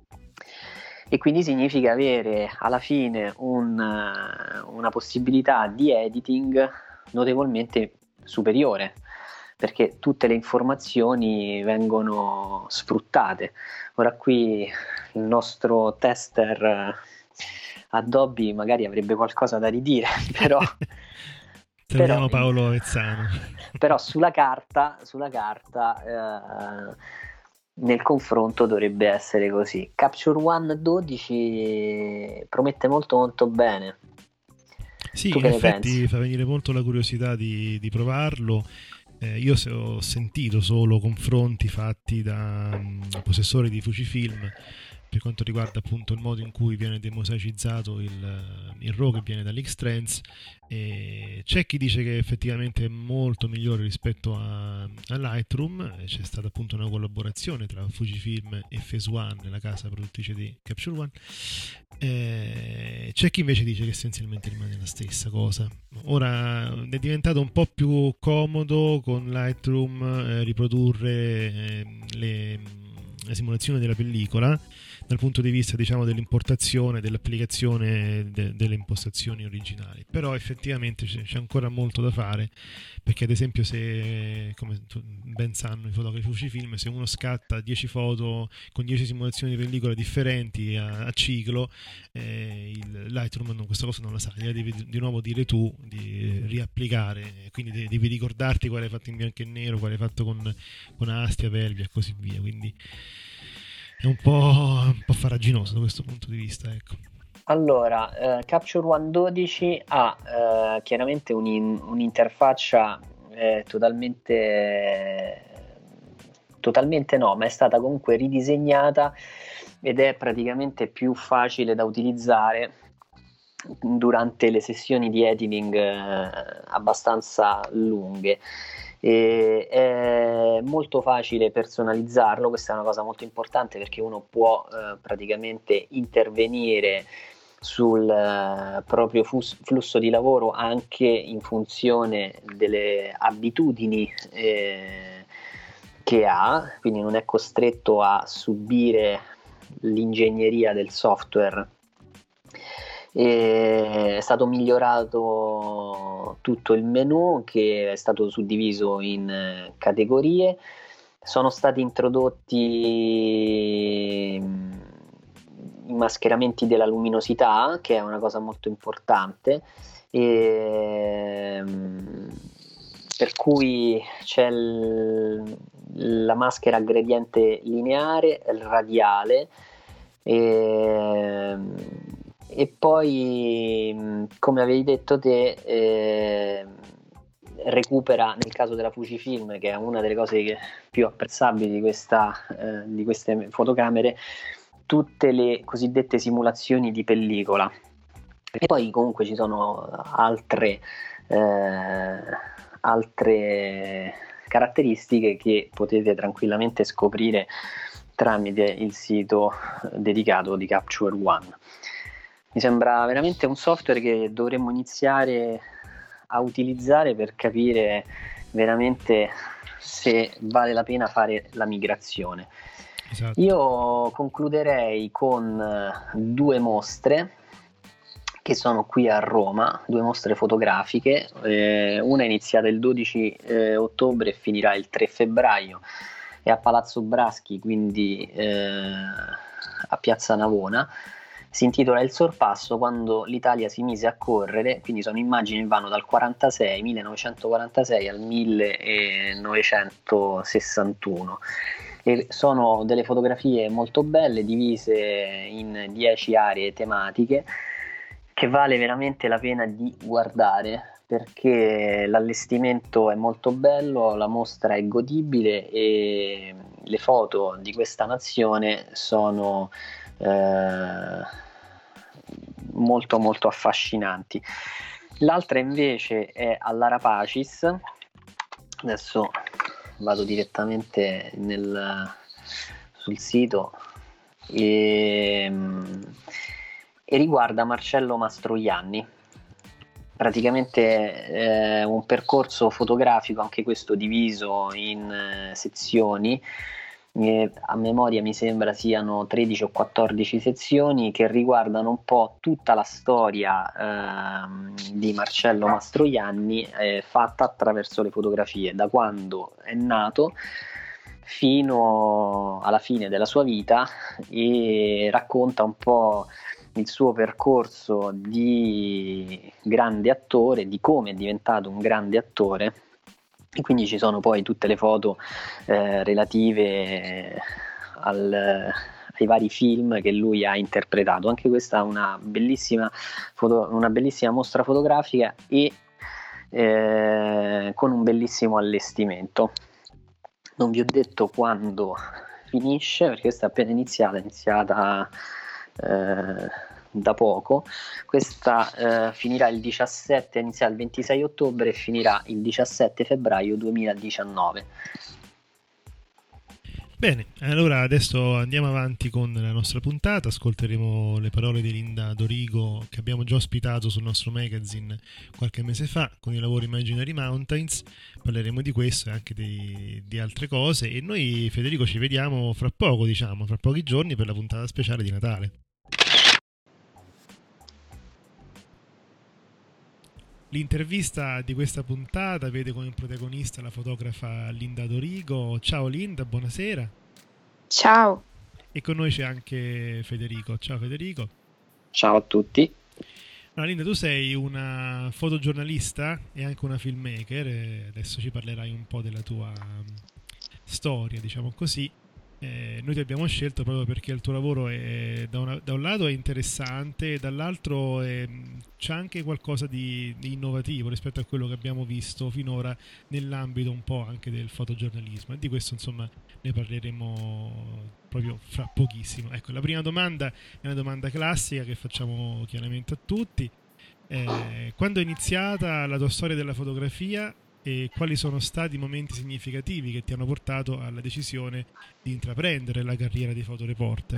E quindi significa avere alla fine un, una possibilità di editing notevolmente superiore, perché tutte le informazioni vengono sfruttate. Ora qui il nostro tester Adobe magari avrebbe qualcosa da ridire, però Salutiamo Paolo Avezzano. Però sulla carta, sulla carta eh, nel confronto dovrebbe essere così. Capture One dodici promette molto molto bene. Sì, tu in che ne effetti pensi? fa venire molto la curiosità di, di provarlo. Eh, io se ho sentito solo confronti fatti da um, possessori di Fujifilm per quanto riguarda appunto il modo in cui viene demosaicizzato il, il RAW che viene dall'X-Trans, e c'è chi dice che effettivamente è molto migliore rispetto a, a Lightroom. C'è stata appunto una collaborazione tra Fujifilm e Phase One, la casa produttrice di Capture One. Eh, c'è chi invece dice che essenzialmente rimane la stessa cosa. Ora è diventato un po' più comodo con Lightroom eh, riprodurre eh, le, la simulazione della pellicola dal punto di vista, diciamo, dell'importazione, dell'applicazione de, delle impostazioni originali, però effettivamente c'è, c'è ancora molto da fare, perché ad esempio se, come ben sanno i fotografi Fujifilm, se uno scatta dieci foto con dieci simulazioni di pellicola differenti a, a ciclo, eh, il Lightroom non, questa cosa non la sa, gliela devi di nuovo dire tu, di riapplicare, quindi devi, devi ricordarti quale hai fatto in bianco e nero, quale hai fatto con, con Astia, Velvia e così via, quindi è un po', un po' farraginoso da questo punto di vista, ecco. Allora, eh, Capture One dodici ha eh, chiaramente un, un'interfaccia eh, totalmente, totalmente no, ma è stata comunque ridisegnata ed è praticamente più facile da utilizzare durante le sessioni di editing eh, abbastanza lunghe. E è molto facile personalizzarlo, questa è una cosa molto importante perché uno può eh, praticamente intervenire sul eh, proprio fus- flusso di lavoro anche in funzione delle abitudini eh, che ha, quindi non è costretto a subire l'ingegneria del software. E è stato migliorato tutto il menu, che è stato suddiviso in categorie. Sono stati introdotti i mascheramenti della luminosità, che è una cosa molto importante, e per cui c'è il, la maschera a gradiente lineare, radiale, e e poi, come avevi detto te, eh, recupera, nel caso della Fujifilm, che è una delle cose che, più apprezzabili di, questa, eh, di queste fotocamere, tutte le cosiddette simulazioni di pellicola. E poi comunque ci sono altre, eh, altre caratteristiche che potete tranquillamente scoprire tramite il sito dedicato di Capture One. Mi sembra veramente un software che dovremmo iniziare a utilizzare per capire veramente se vale la pena fare la migrazione. Esatto. Io concluderei con due mostre che sono qui a Roma, due mostre fotografiche, eh, una è iniziata il dodici eh, ottobre e finirà il tre febbraio, è a Palazzo Braschi, quindi eh, a Piazza Navona. Si intitola Il sorpasso quando l'Italia si mise a correre, quindi sono immagini che vanno dal quarantasei, millenovecentoquarantasei al millenovecentosessantuno. E sono delle fotografie molto belle, divise in dieci aree tematiche, che vale veramente la pena di guardare, perché l'allestimento è molto bello, la mostra è godibile e le foto di questa nazione sono eh, molto molto affascinanti. L'altra invece è all'Arapacis. Adesso vado direttamente nel, sul sito e, e riguarda Marcello Mastroianni. Praticamente è un percorso fotografico, anche questo diviso in eh, sezioni. Eh, a memoria mi sembra siano tredici o quattordici sezioni che riguardano un po' tutta la storia eh, di Marcello Mastroianni, eh, fatta attraverso le fotografie, da quando è nato fino alla fine della sua vita, e racconta un po' il suo percorso di grande attore, di come è diventato un grande attore. E quindi ci sono poi tutte le foto eh, relative al, ai vari film che lui ha interpretato. Anche questa è una bellissima, foto, una bellissima mostra fotografica e eh, con un bellissimo allestimento. Non vi ho detto quando finisce, perché questa è appena iniziata, è iniziata eh, da poco. Questa eh, finirà il diciassette, inizia il ventisei ottobre e finirà il diciassette febbraio duemiladiciannove. Bene, allora adesso andiamo avanti con la nostra puntata, ascolteremo le parole di Linda Dorigo, che abbiamo già ospitato sul nostro magazine qualche mese fa con il lavoro Imaginary Mountains. Parleremo di questo e anche di, di altre cose, e noi, Federico, ci vediamo fra poco, diciamo, fra pochi giorni, per la puntata speciale di Natale. L'intervista di questa puntata vede come protagonista la fotografa Linda Dorigo. Ciao Linda, buonasera. Ciao. E con noi c'è anche Federico. Ciao Federico. Ciao a tutti. Allora, Linda, tu sei una fotogiornalista e anche una filmmaker, e adesso ci parlerai un po' della tua storia, diciamo così. Eh, noi ti abbiamo scelto proprio perché il tuo lavoro è, da, una, da un lato è interessante, e dall'altro è, c'è anche qualcosa di, di innovativo rispetto a quello che abbiamo visto finora nell'ambito un po' anche del fotogiornalismo, e di questo insomma ne parleremo proprio fra pochissimo. Ecco, la prima domanda è una domanda classica che facciamo chiaramente a tutti. Eh, quando è iniziata la tua storia della fotografia e quali sono stati i momenti significativi che ti hanno portato alla decisione di intraprendere la carriera di fotoreporter?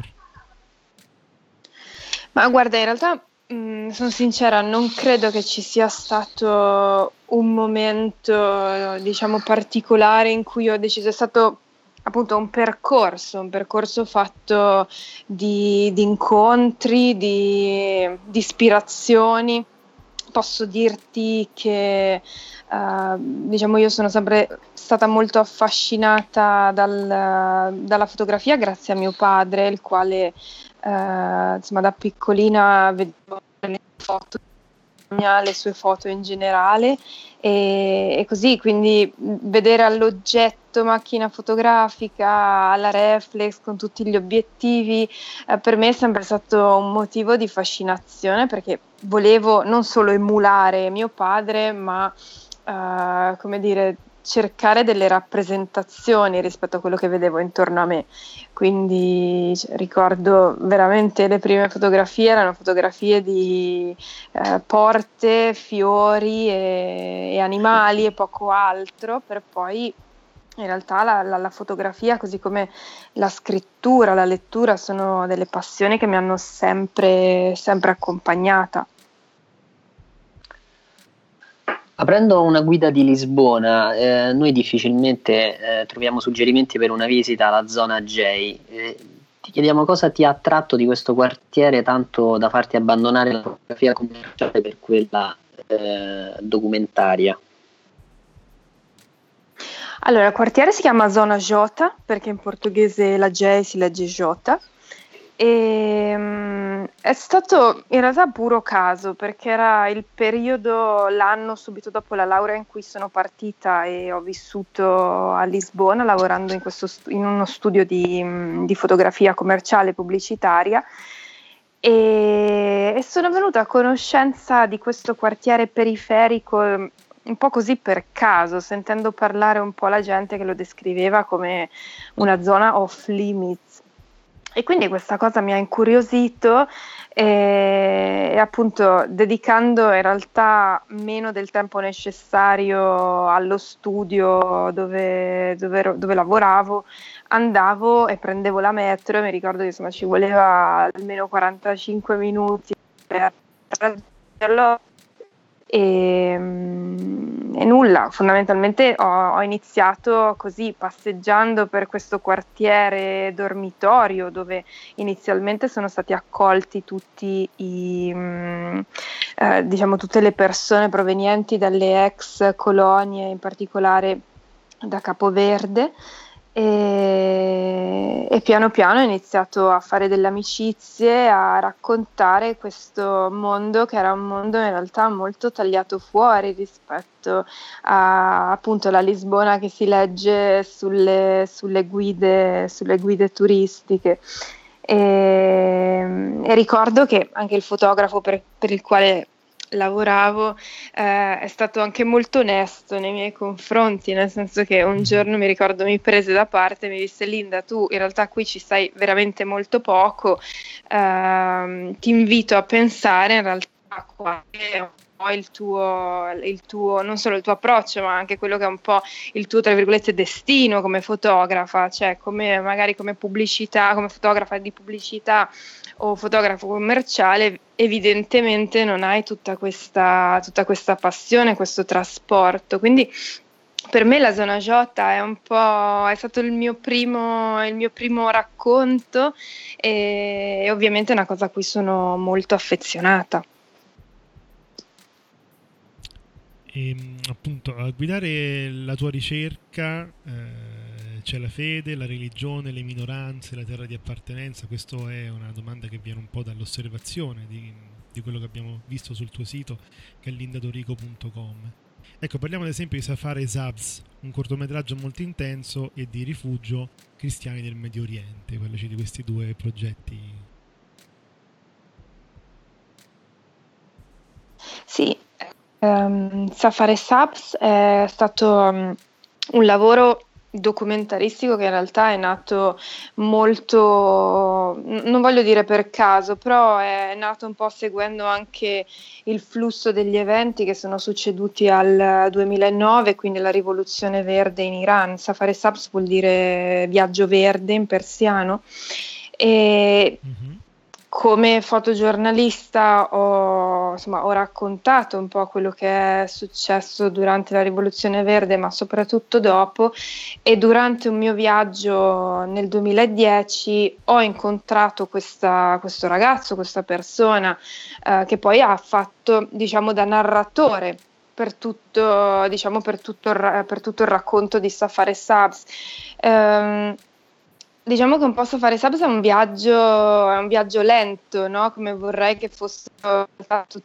Ma guarda, in realtà mh, sono sincera, non credo che ci sia stato un momento, diciamo, particolare in cui ho deciso. È stato appunto un percorso, un percorso fatto di, di incontri, di, di ispirazioni. Posso dirti che uh, diciamo io sono sempre stata molto affascinata dal, dalla fotografia grazie a mio padre, il quale uh, insomma da piccolina vedevo le foto le sue foto in generale e, e così, quindi vedere all'oggetto macchina fotografica, alla reflex con tutti gli obiettivi, eh, per me è sempre stato un motivo di fascinazione, perché volevo non solo emulare mio padre, ma eh, come dire, cercare delle rappresentazioni rispetto a quello che vedevo intorno a me. Quindi cioè, ricordo veramente le prime fotografie erano fotografie di eh, porte, fiori e, e animali e poco altro, per poi in realtà la, la, la fotografia, così come la scrittura, la lettura, sono delle passioni che mi hanno sempre, sempre accompagnata. Aprendo una guida di Lisbona, eh, noi difficilmente eh, troviamo suggerimenti per una visita alla zona J. Eh, ti chiediamo cosa ti ha attratto di questo quartiere tanto da farti abbandonare la fotografia commerciale per quella eh, documentaria. Allora, il quartiere si chiama Zona J, perché in portoghese la J si legge J. E, um, è stato in realtà puro caso, perché era il periodo, l'anno subito dopo la laurea in cui sono partita e ho vissuto a Lisbona lavorando in, questo stu- in uno studio di, di fotografia commerciale e pubblicitaria, e, e sono venuta a conoscenza di questo quartiere periferico un po' così per caso, sentendo parlare un po' la gente che lo descriveva come una zona off limits. E quindi questa cosa mi ha incuriosito e, e appunto dedicando in realtà meno del tempo necessario allo studio dove, dove, dove lavoravo, andavo e prendevo la metro e mi ricordo che insomma ci voleva almeno quarantacinque minuti per raggiungerlo. E, e nulla, fondamentalmente ho, ho iniziato così passeggiando per questo quartiere dormitorio dove inizialmente sono stati accolti tutti i mh, eh, diciamo tutte le persone provenienti dalle ex colonie, in particolare da Capoverde. E, e piano piano ho iniziato a fare delle amicizie, a raccontare questo mondo che era un mondo in realtà molto tagliato fuori rispetto a appunto la Lisbona che si legge sulle, sulle guide, sulle guide turistiche. E, e ricordo che anche il fotografo per, per il quale lavoravo eh, è stato anche molto onesto nei miei confronti, nel senso che un giorno mi ricordo mi prese da parte e mi disse: Linda, tu in realtà qui ci stai veramente molto poco, ehm, ti invito a pensare in realtà qua il tuo, il tuo, non solo il tuo approccio, ma anche quello che è un po' il tuo, tra virgolette, destino come fotografa, cioè come magari come pubblicità, come fotografa di pubblicità o fotografo commerciale, evidentemente non hai tutta questa, tutta questa passione, questo trasporto. Quindi per me la zona J è un po' è stato il mio primo, il mio primo racconto e, e ovviamente è una cosa a cui sono molto affezionata. E, appunto, a guidare la tua ricerca eh, c'è la fede, la religione, le minoranze, la terra di appartenenza. Questa è una domanda che viene un po' dall'osservazione di, di quello che abbiamo visto sul tuo sito, che è lindadorico punto com. Ecco, parliamo ad esempio di Safari Sabz, un cortometraggio molto intenso, e di Rifugio, cristiani del Medio Oriente. Parlaci di questi due progetti. Sì. Um, Safari Sabz è stato um, un lavoro documentaristico che in realtà è nato molto, non voglio dire per caso, però è nato un po' seguendo anche il flusso degli eventi che sono succeduti al duemilanove, quindi la rivoluzione verde in Iran. Safari Sabz vuol dire viaggio verde in persiano e mm-hmm. Come fotogiornalista ho, insomma, ho raccontato un po' quello che è successo durante la Rivoluzione Verde, ma soprattutto dopo, e durante un mio viaggio nel duemiladieci ho incontrato questa, questo ragazzo, questa persona eh, che poi ha fatto, diciamo, da narratore per tutto, diciamo, per tutto, il, per tutto il racconto di Safari Sabz. Um, Diciamo che un po' Safari Sabz è un viaggio, è un viaggio lento, no? Come vorrei che fossero tutti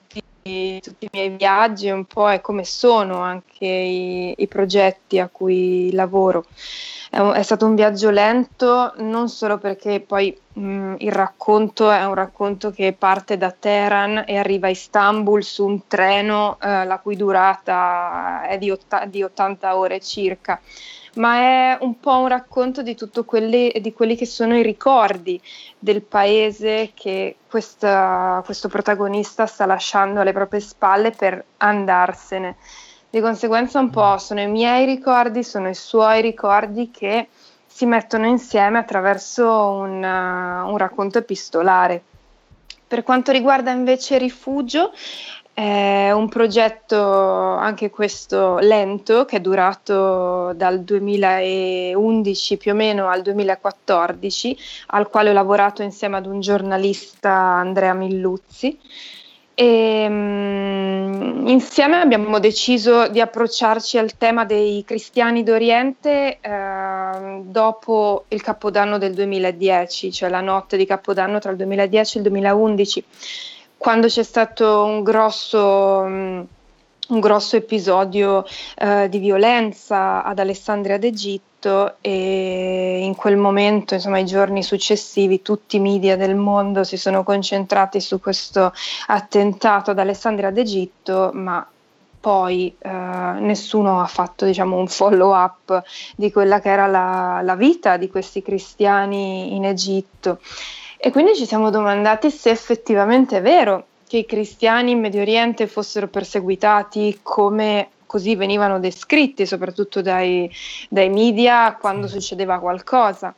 tutti i miei viaggi, un po' è come sono anche i, i progetti a cui lavoro. È, un, è stato un viaggio lento, non solo perché poi mh, il racconto è un racconto che parte da Teheran e arriva a Istanbul su un treno eh, la cui durata è di, otta- di ottanta ore circa, ma è un po' un racconto di tutto quelli, di quelli che sono i ricordi del paese che questa, questo protagonista sta lasciando alle proprie spalle per andarsene. Di conseguenza un po' sono i miei ricordi, sono i suoi ricordi che si mettono insieme attraverso un, uh, un racconto epistolare. Per quanto riguarda invece Rifugio, è un progetto anche questo lento che è durato dal duemilaundici più o meno al duemilaquattordici, al quale ho lavorato insieme ad un giornalista, Andrea Milluzzi, e um, insieme abbiamo deciso di approcciarci al tema dei cristiani d'Oriente eh, dopo il Capodanno del duemiladieci, cioè la notte di Capodanno tra il duemiladieci e il duemilaundici, quando c'è stato un grosso, um, un grosso episodio uh, di violenza ad Alessandria d'Egitto, e in quel momento, insomma, i giorni successivi, tutti i media del mondo si sono concentrati su questo attentato ad Alessandria d'Egitto, ma poi uh, nessuno ha fatto, diciamo, un follow up di quella che era la, la vita di questi cristiani in Egitto. E quindi ci siamo domandati se effettivamente è vero che i cristiani in Medio Oriente fossero perseguitati come così venivano descritti, soprattutto dai, dai media quando succedeva qualcosa.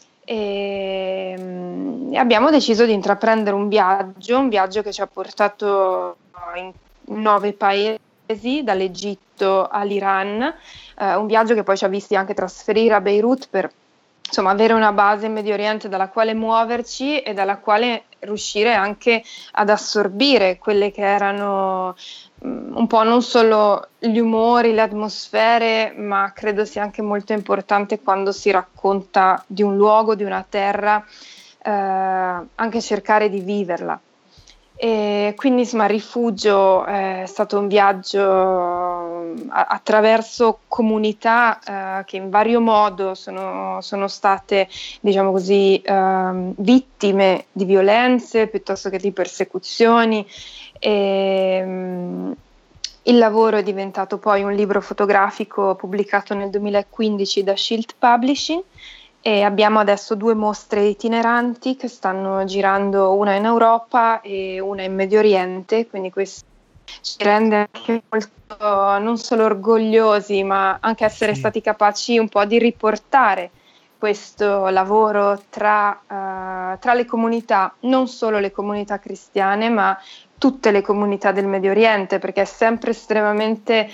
E, um, abbiamo deciso di intraprendere un viaggio, un viaggio che ci ha portato in nove paesi, dall'Egitto all'Iran, eh, un viaggio che poi ci ha visti anche trasferire a Beirut per, insomma, avere una base in Medio Oriente dalla quale muoverci e dalla quale riuscire anche ad assorbire quelle che erano um, un po' non solo gli umori, le atmosfere, ma credo sia anche molto importante quando si racconta di un luogo, di una terra, eh, anche cercare di viverla. E quindi, insomma, Rifugio è stato un viaggio attraverso comunità eh, che in vario modo sono, sono state, diciamo così, eh, vittime di violenze piuttosto che di persecuzioni. E, um, il lavoro è diventato poi un libro fotografico pubblicato nel duemilaquindici da Shield Publishing, e abbiamo adesso due mostre itineranti che stanno girando, una in Europa e una in Medio Oriente, quindi questo ci rende anche molto non solo orgogliosi, ma anche essere sì. stati capaci un po' di riportare questo lavoro tra, uh, tra le comunità, non solo le comunità cristiane, ma tutte le comunità del Medio Oriente, perché è sempre estremamente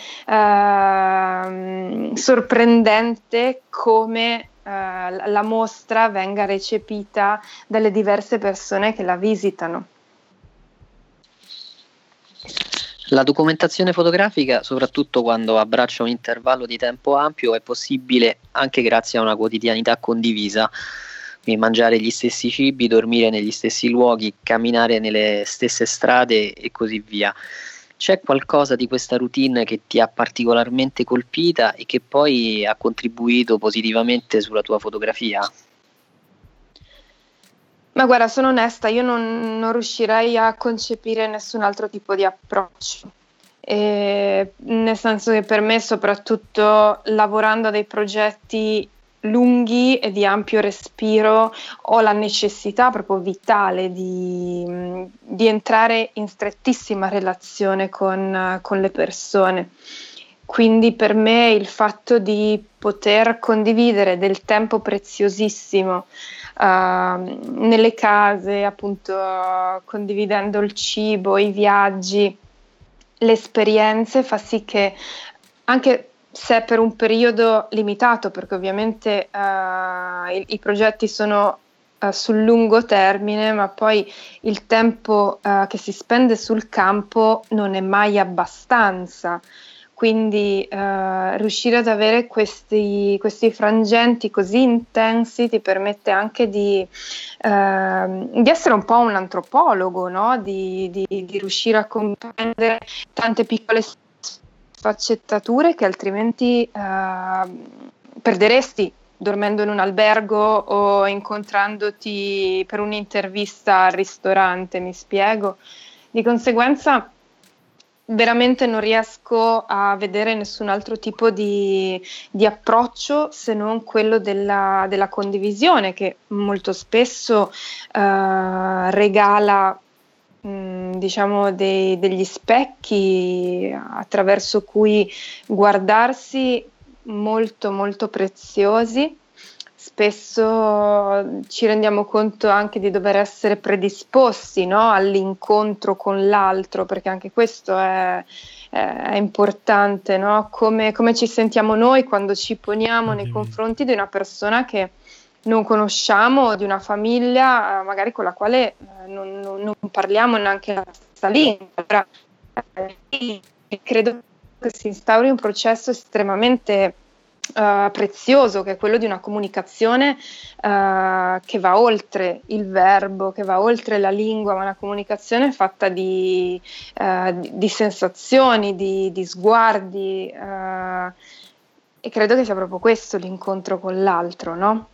uh, sorprendente come uh, la mostra venga recepita dalle diverse persone che la visitano. La documentazione fotografica, soprattutto quando abbraccia un intervallo di tempo ampio, è possibile anche grazie a una quotidianità condivisa. Quindi mangiare gli stessi cibi, dormire negli stessi luoghi, camminare nelle stesse strade e così via. C'è qualcosa di questa routine che ti ha particolarmente colpita e che poi ha contribuito positivamente sulla tua fotografia? Ma guarda, sono onesta, io non, non riuscirei a concepire nessun altro tipo di approccio, e, nel senso che per me, soprattutto lavorando a dei progetti lunghi e di ampio respiro, ho la necessità proprio vitale di, di entrare in strettissima relazione con, con le persone. Quindi per me il fatto di poter condividere del tempo preziosissimo uh, nelle case, appunto uh, condividendo il cibo, i viaggi, le esperienze, fa sì che, anche se per un periodo limitato, perché ovviamente uh, i, i progetti sono uh, sul lungo termine, ma poi il tempo uh, che si spende sul campo non è mai abbastanza. quindi eh, riuscire ad avere questi, questi frangenti così intensi ti permette anche di, eh, di essere un po' un antropologo, no? di, di, di riuscire a comprendere tante piccole sfaccettature che altrimenti eh, perderesti dormendo in un albergo o incontrandoti per un'intervista al ristorante, mi spiego. Di conseguenza veramente non riesco a vedere nessun altro tipo di, di approccio se non quello della, della condivisione, che molto spesso eh, regala mh, diciamo dei, degli specchi attraverso cui guardarsi, molto molto preziosi. Spesso ci rendiamo conto anche di dover essere predisposti, no? all'incontro con l'altro, perché anche questo è, è importante, no? come, come ci sentiamo noi quando ci poniamo nei confronti di una persona che non conosciamo, di una famiglia eh, magari con la quale eh, non, non, non parliamo neanche la stessa lingua. Eh, credo che si instauri un processo estremamente uh, prezioso, che è quello di una comunicazione uh, che va oltre il verbo, che va oltre la lingua, ma una comunicazione fatta di, uh, di, di sensazioni, di, di sguardi, uh, e credo che sia proprio questo l'incontro con l'altro, no?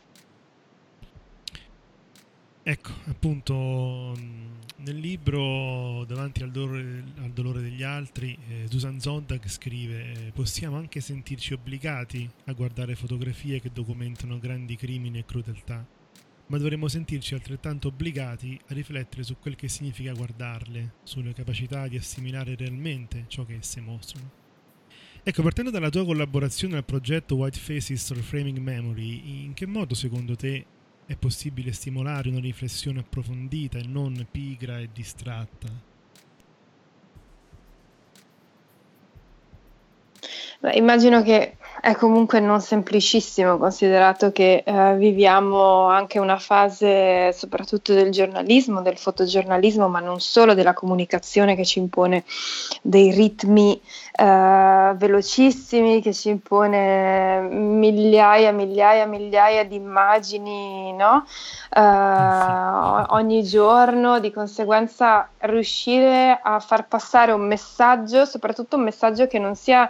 Ecco, appunto, nel libro Davanti al dolore, al dolore degli altri, eh, Susan Sontag scrive: eh, possiamo anche sentirci obbligati a guardare fotografie che documentano grandi crimini e crudeltà, ma dovremmo sentirci altrettanto obbligati a riflettere su quel che significa guardarle, sulle capacità di assimilare realmente ciò che esse mostrano. Ecco, partendo dalla tua collaborazione al progetto White Faces Reframing Memory, in che modo secondo te è possibile stimolare una riflessione approfondita e non pigra e distratta? Beh, immagino che è comunque non semplicissimo, considerato che eh, viviamo anche una fase soprattutto del giornalismo, del fotogiornalismo, ma non solo, della comunicazione, che ci impone dei ritmi eh, velocissimi, che ci impone migliaia, migliaia, migliaia di immagini, no? Eh, ogni giorno. Di conseguenza riuscire a far passare un messaggio, soprattutto un messaggio che non sia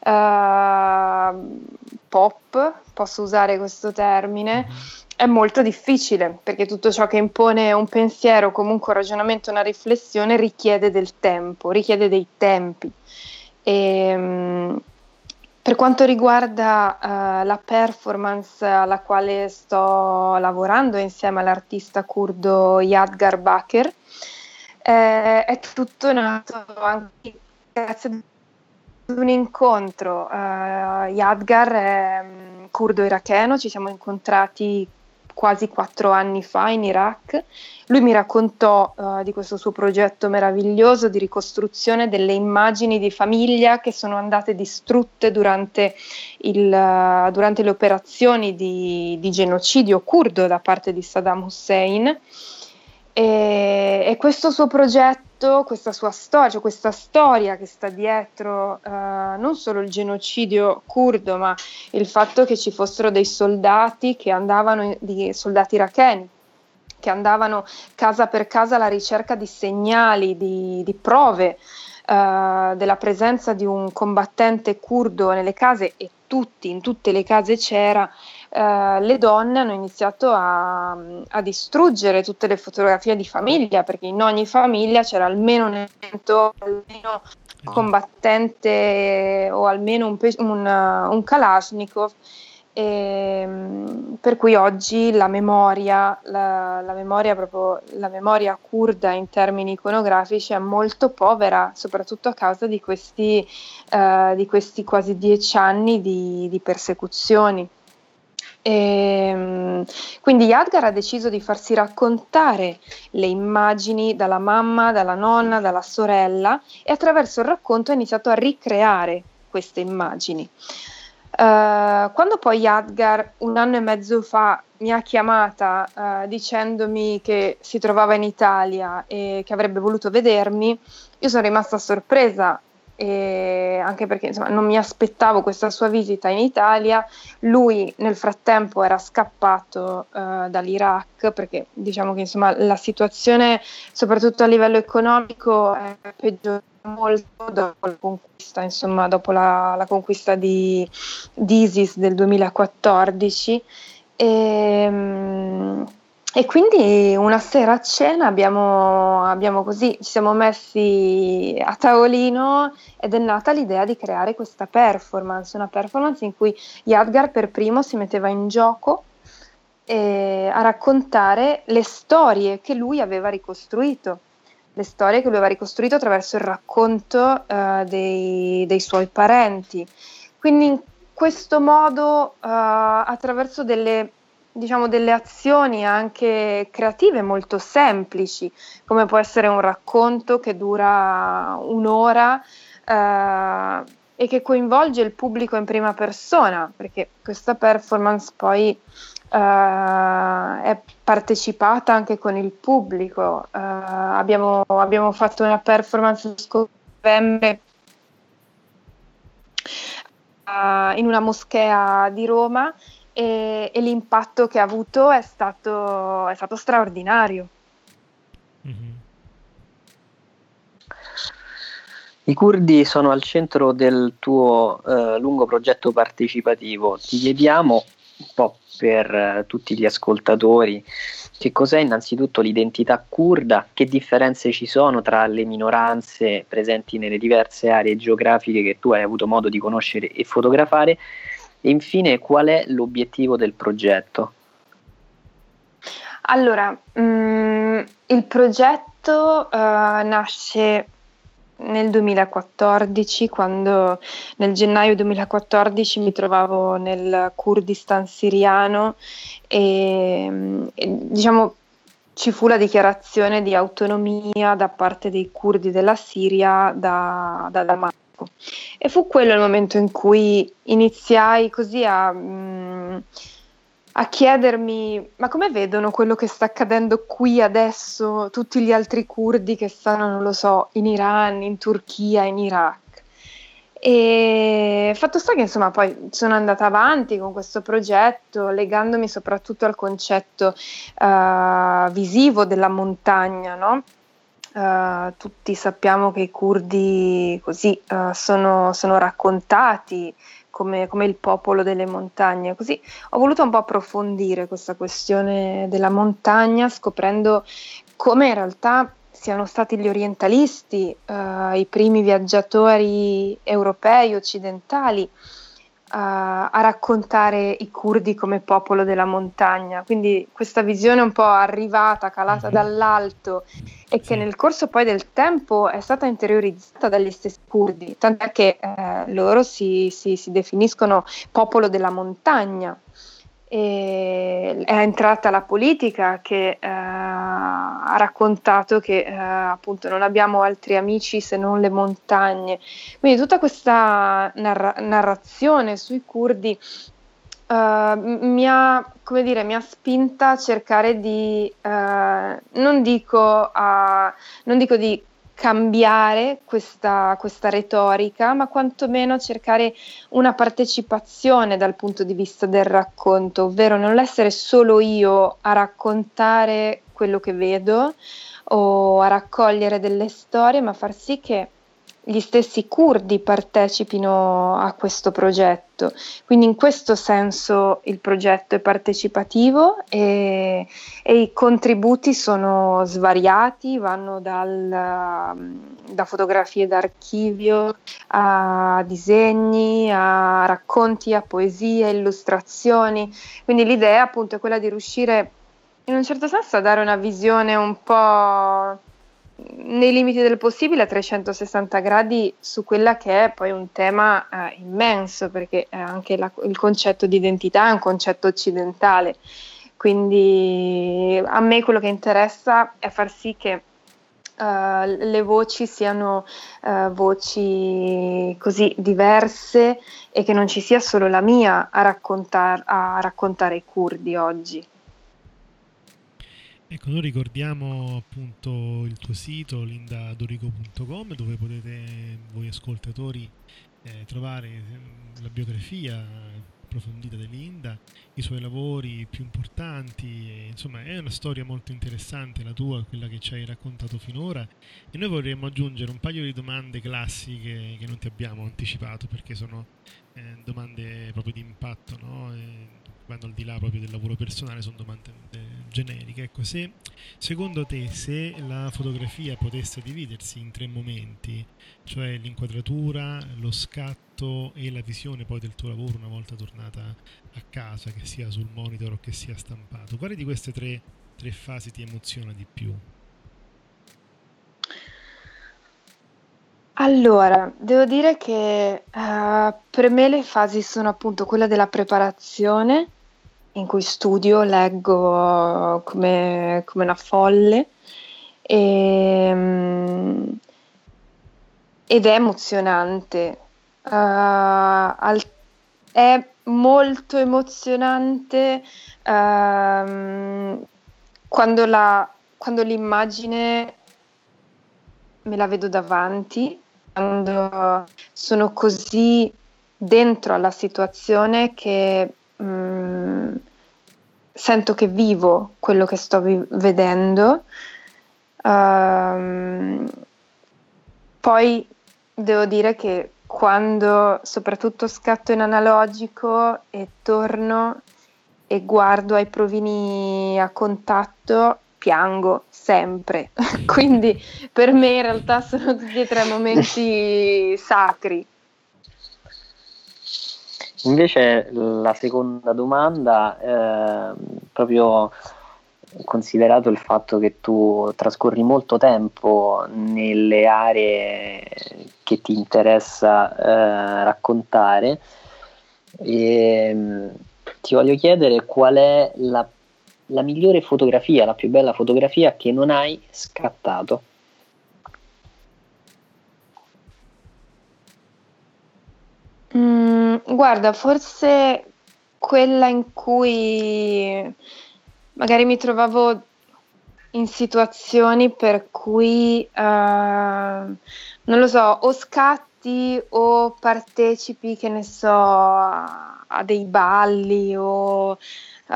Uh, pop, posso usare questo termine, è molto difficile, perché tutto ciò che impone un pensiero, comunque un ragionamento, una riflessione, richiede del tempo, richiede dei tempi. E, um, per quanto riguarda uh, la performance alla quale sto lavorando insieme all'artista curdo Yadgar Baker, eh, è tutto nato anche grazie a un incontro. uh, Yadgar è um, curdo iracheno, ci siamo incontrati quasi quattro anni fa in Iraq. Lui mi raccontò uh, di questo suo progetto meraviglioso di ricostruzione delle immagini di famiglia che sono andate distrutte durante, il, uh, durante le operazioni di, di genocidio curdo da parte di Saddam Hussein. E, e questo suo progetto, questa sua storia, cioè questa storia che sta dietro uh, non solo il genocidio curdo, ma il fatto che ci fossero dei soldati che andavano, di soldati iracheni, che andavano casa per casa alla ricerca di segnali, di, di prove uh, della presenza di un combattente curdo nelle case, e tutti, in tutte le case c'era. Uh, le donne hanno iniziato a, a distruggere tutte le fotografie di famiglia, perché in ogni famiglia c'era almeno un elemento, almeno un combattente o almeno un, un, un Kalashnikov, e, per cui oggi la memoria, la, la memoria proprio la memoria curda in termini iconografici è molto povera, soprattutto a causa di questi, uh, di questi quasi dieci anni di, di persecuzioni. E, quindi Yadgar ha deciso di farsi raccontare le immagini dalla mamma, dalla nonna, dalla sorella, e attraverso il racconto ha iniziato a ricreare queste immagini. Uh, quando poi Yadgar un anno e mezzo fa mi ha chiamata uh, dicendomi che si trovava in Italia e che avrebbe voluto vedermi, io sono rimasta sorpresa e anche perché insomma non mi aspettavo questa sua visita in Italia. Lui nel frattempo era scappato uh, dall'Iraq, perché diciamo che insomma la situazione soprattutto a livello economico è peggiorata molto dopo la conquista, insomma dopo la, la conquista di, di ISIS del duemilaquattordici. E, um, E quindi una sera a cena abbiamo, abbiamo così, ci siamo messi a tavolino ed è nata l'idea di creare questa performance, una performance in cui Yadgar per primo si metteva in gioco eh, a raccontare le storie che lui aveva ricostruito, le storie che lui aveva ricostruito attraverso il racconto eh, dei, dei suoi parenti. Quindi in questo modo, eh, attraverso delle diciamo delle azioni anche creative molto semplici, come può essere un racconto che dura un'ora eh, e che coinvolge il pubblico in prima persona, perché questa performance poi eh, è partecipata anche con il pubblico. Eh, abbiamo, abbiamo fatto una performance lo scorso novembre eh, in una moschea di Roma, E, e l'impatto che ha avuto è stato, è stato straordinario. Mm-hmm. I curdi sono al centro del tuo eh, lungo progetto partecipativo. Ti chiediamo un po' per eh, tutti gli ascoltatori che cos'è innanzitutto l'identità curda, che differenze ci sono tra le minoranze presenti nelle diverse aree geografiche che tu hai avuto modo di conoscere e fotografare. E infine, qual è l'obiettivo del progetto? Allora, mh, il progetto uh, nasce nel duemilaquattordici, quando nel gennaio duemilaquattordici mi trovavo nel Kurdistan siriano e, e diciamo ci fu la dichiarazione di autonomia da parte dei curdi della Siria da, da Damasco. E fu quello il momento in cui iniziai così a, mh, a chiedermi: ma come vedono quello che sta accadendo qui adesso tutti gli altri curdi che stanno, non lo so, in Iran, in Turchia, in Iraq? E fatto sta che insomma poi sono andata avanti con questo progetto, legandomi soprattutto al concetto uh, visivo della montagna, no? Uh, tutti sappiamo che i curdi così uh, sono, sono raccontati come, come il popolo delle montagne, così ho voluto un po' approfondire questa questione della montagna, scoprendo come in realtà siano stati gli orientalisti, uh, i primi viaggiatori europei occidentali a, a raccontare i curdi come popolo della montagna. Quindi questa visione un po' arrivata, calata dall'alto e che nel corso poi del tempo è stata interiorizzata dagli stessi curdi, tant'è che eh, loro si, si, si definiscono popolo della montagna. E è entrata la politica che eh, ha raccontato che eh, appunto non abbiamo altri amici se non le montagne. Quindi tutta questa narra- narrazione sui curdi uh, mi ha, come dire, mi ha spinta a cercare di uh, non dico a, non dico di cambiare questa, questa retorica, ma quantomeno cercare una partecipazione dal punto di vista del racconto, ovvero non essere solo io a raccontare quello che vedo o a raccogliere delle storie, ma far sì che gli stessi curdi partecipino a questo progetto. Quindi in questo senso il progetto è partecipativo e, e i contributi sono svariati, vanno dal, da fotografie d'archivio a disegni, a racconti, a poesie, illustrazioni. Quindi l'idea appunto è quella di riuscire in un certo senso a dare una visione un po' nei limiti del possibile a trecentosessanta gradi su quella che è poi un tema eh, immenso, perché eh, anche la, il concetto di identità è un concetto occidentale, quindi a me quello che interessa è far sì che uh, le voci siano uh, voci così diverse e che non ci sia solo la mia a, raccontar, a raccontare i curdi oggi. Ecco, noi ricordiamo appunto il tuo sito linda dorico punto com, dove potete voi ascoltatori eh, trovare eh, la biografia approfondita di Linda, i suoi lavori più importanti, e, insomma è una storia molto interessante la tua, quella che ci hai raccontato finora, e noi vorremmo aggiungere un paio di domande classiche che non ti abbiamo anticipato perché sono eh, domande proprio di impatto, no? E vanno al di là proprio del lavoro personale, sono domande eh, generiche. Ecco, se secondo te se la fotografia potesse dividersi in tre momenti, cioè l'inquadratura, lo scatto e la visione poi del tuo lavoro una volta tornata a casa, che sia sul monitor o che sia stampato, quale di queste tre, tre fasi ti emoziona di più? Allora, devo dire che uh, per me le fasi sono appunto quella della preparazione, in cui studio, leggo come, come una folle, e, um, ed è emozionante. Uh, al, è molto emozionante uh, quando, la, quando l'immagine me la vedo davanti, quando sono così dentro alla situazione che mh, sento che vivo quello che sto vi- vedendo. Um, poi devo dire che quando soprattutto scatto in analogico e torno e guardo ai provini a contatto, piango sempre. Quindi per me in realtà sono tutti e tre momenti sacri. Invece la seconda domanda, eh, proprio considerato il fatto che tu trascorri molto tempo nelle aree che ti interessa eh, raccontare, e, ti voglio chiedere qual è la la migliore fotografia, la più bella fotografia che non hai scattato. Mm, guarda, forse quella in cui magari mi trovavo in situazioni per cui uh, non lo so, o scatti o partecipi, che ne so, a, a dei balli o Uh,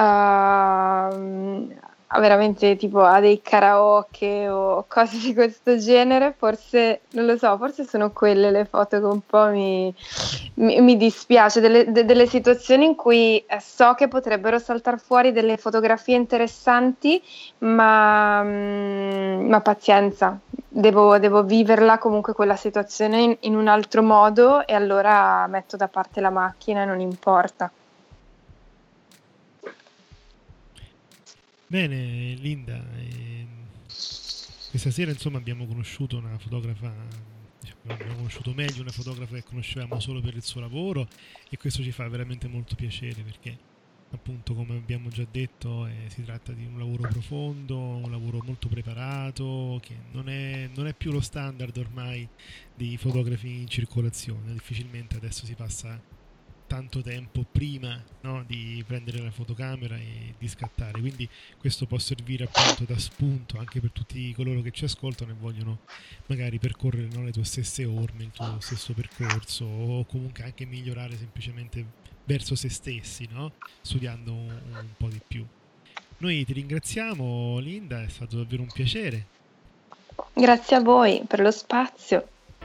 veramente tipo a dei karaoke o cose di questo genere. Forse non lo so, forse sono quelle le foto che un po' mi, mi, mi dispiace, delle, de, delle situazioni in cui so che potrebbero saltare fuori delle fotografie interessanti, ma, ma pazienza, devo, devo viverla comunque quella situazione in, in un altro modo, e allora metto da parte la macchina e non importa. Bene Linda, eh, questa sera insomma abbiamo conosciuto una fotografa, diciamo, abbiamo conosciuto meglio una fotografa che conoscevamo solo per il suo lavoro, e questo ci fa veramente molto piacere perché appunto, come abbiamo già detto, eh, si tratta di un lavoro profondo, un lavoro molto preparato, che non è, non è più lo standard ormai dei fotografi in circolazione. Difficilmente adesso si passa tanto tempo prima, no, di prendere la fotocamera e di scattare, quindi questo può servire appunto da spunto anche per tutti coloro che ci ascoltano e vogliono magari percorrere, no, le tue stesse orme, il tuo stesso percorso, o comunque anche migliorare semplicemente verso se stessi, no, studiando un, un po' di più. Noi ti ringraziamo Linda, è stato davvero un piacere. Grazie a voi per lo spazio.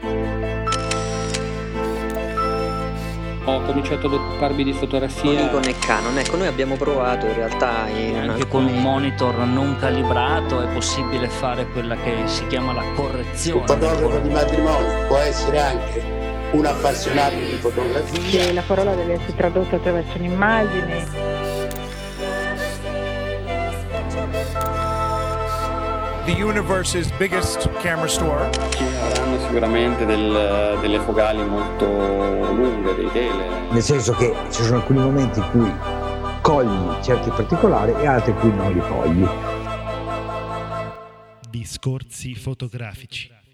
Ho cominciato ad occuparmi di fotografia. Nikon e Canon, ecco, noi abbiamo provato in realtà in anche alcuni... con un monitor non calibrato è possibile fare quella che si chiama la correzione. Un fotografo di matrimonio può essere anche un appassionato di fotografia. E la parola deve essere tradotta attraverso un'immagine. The universe's biggest camera store. Avranno sicuramente del, delle focali molto lunghe, dei tele. Nel senso che ci sono alcuni momenti in cui cogli certi particolari e altri in cui non li cogli. Discorsi fotografici.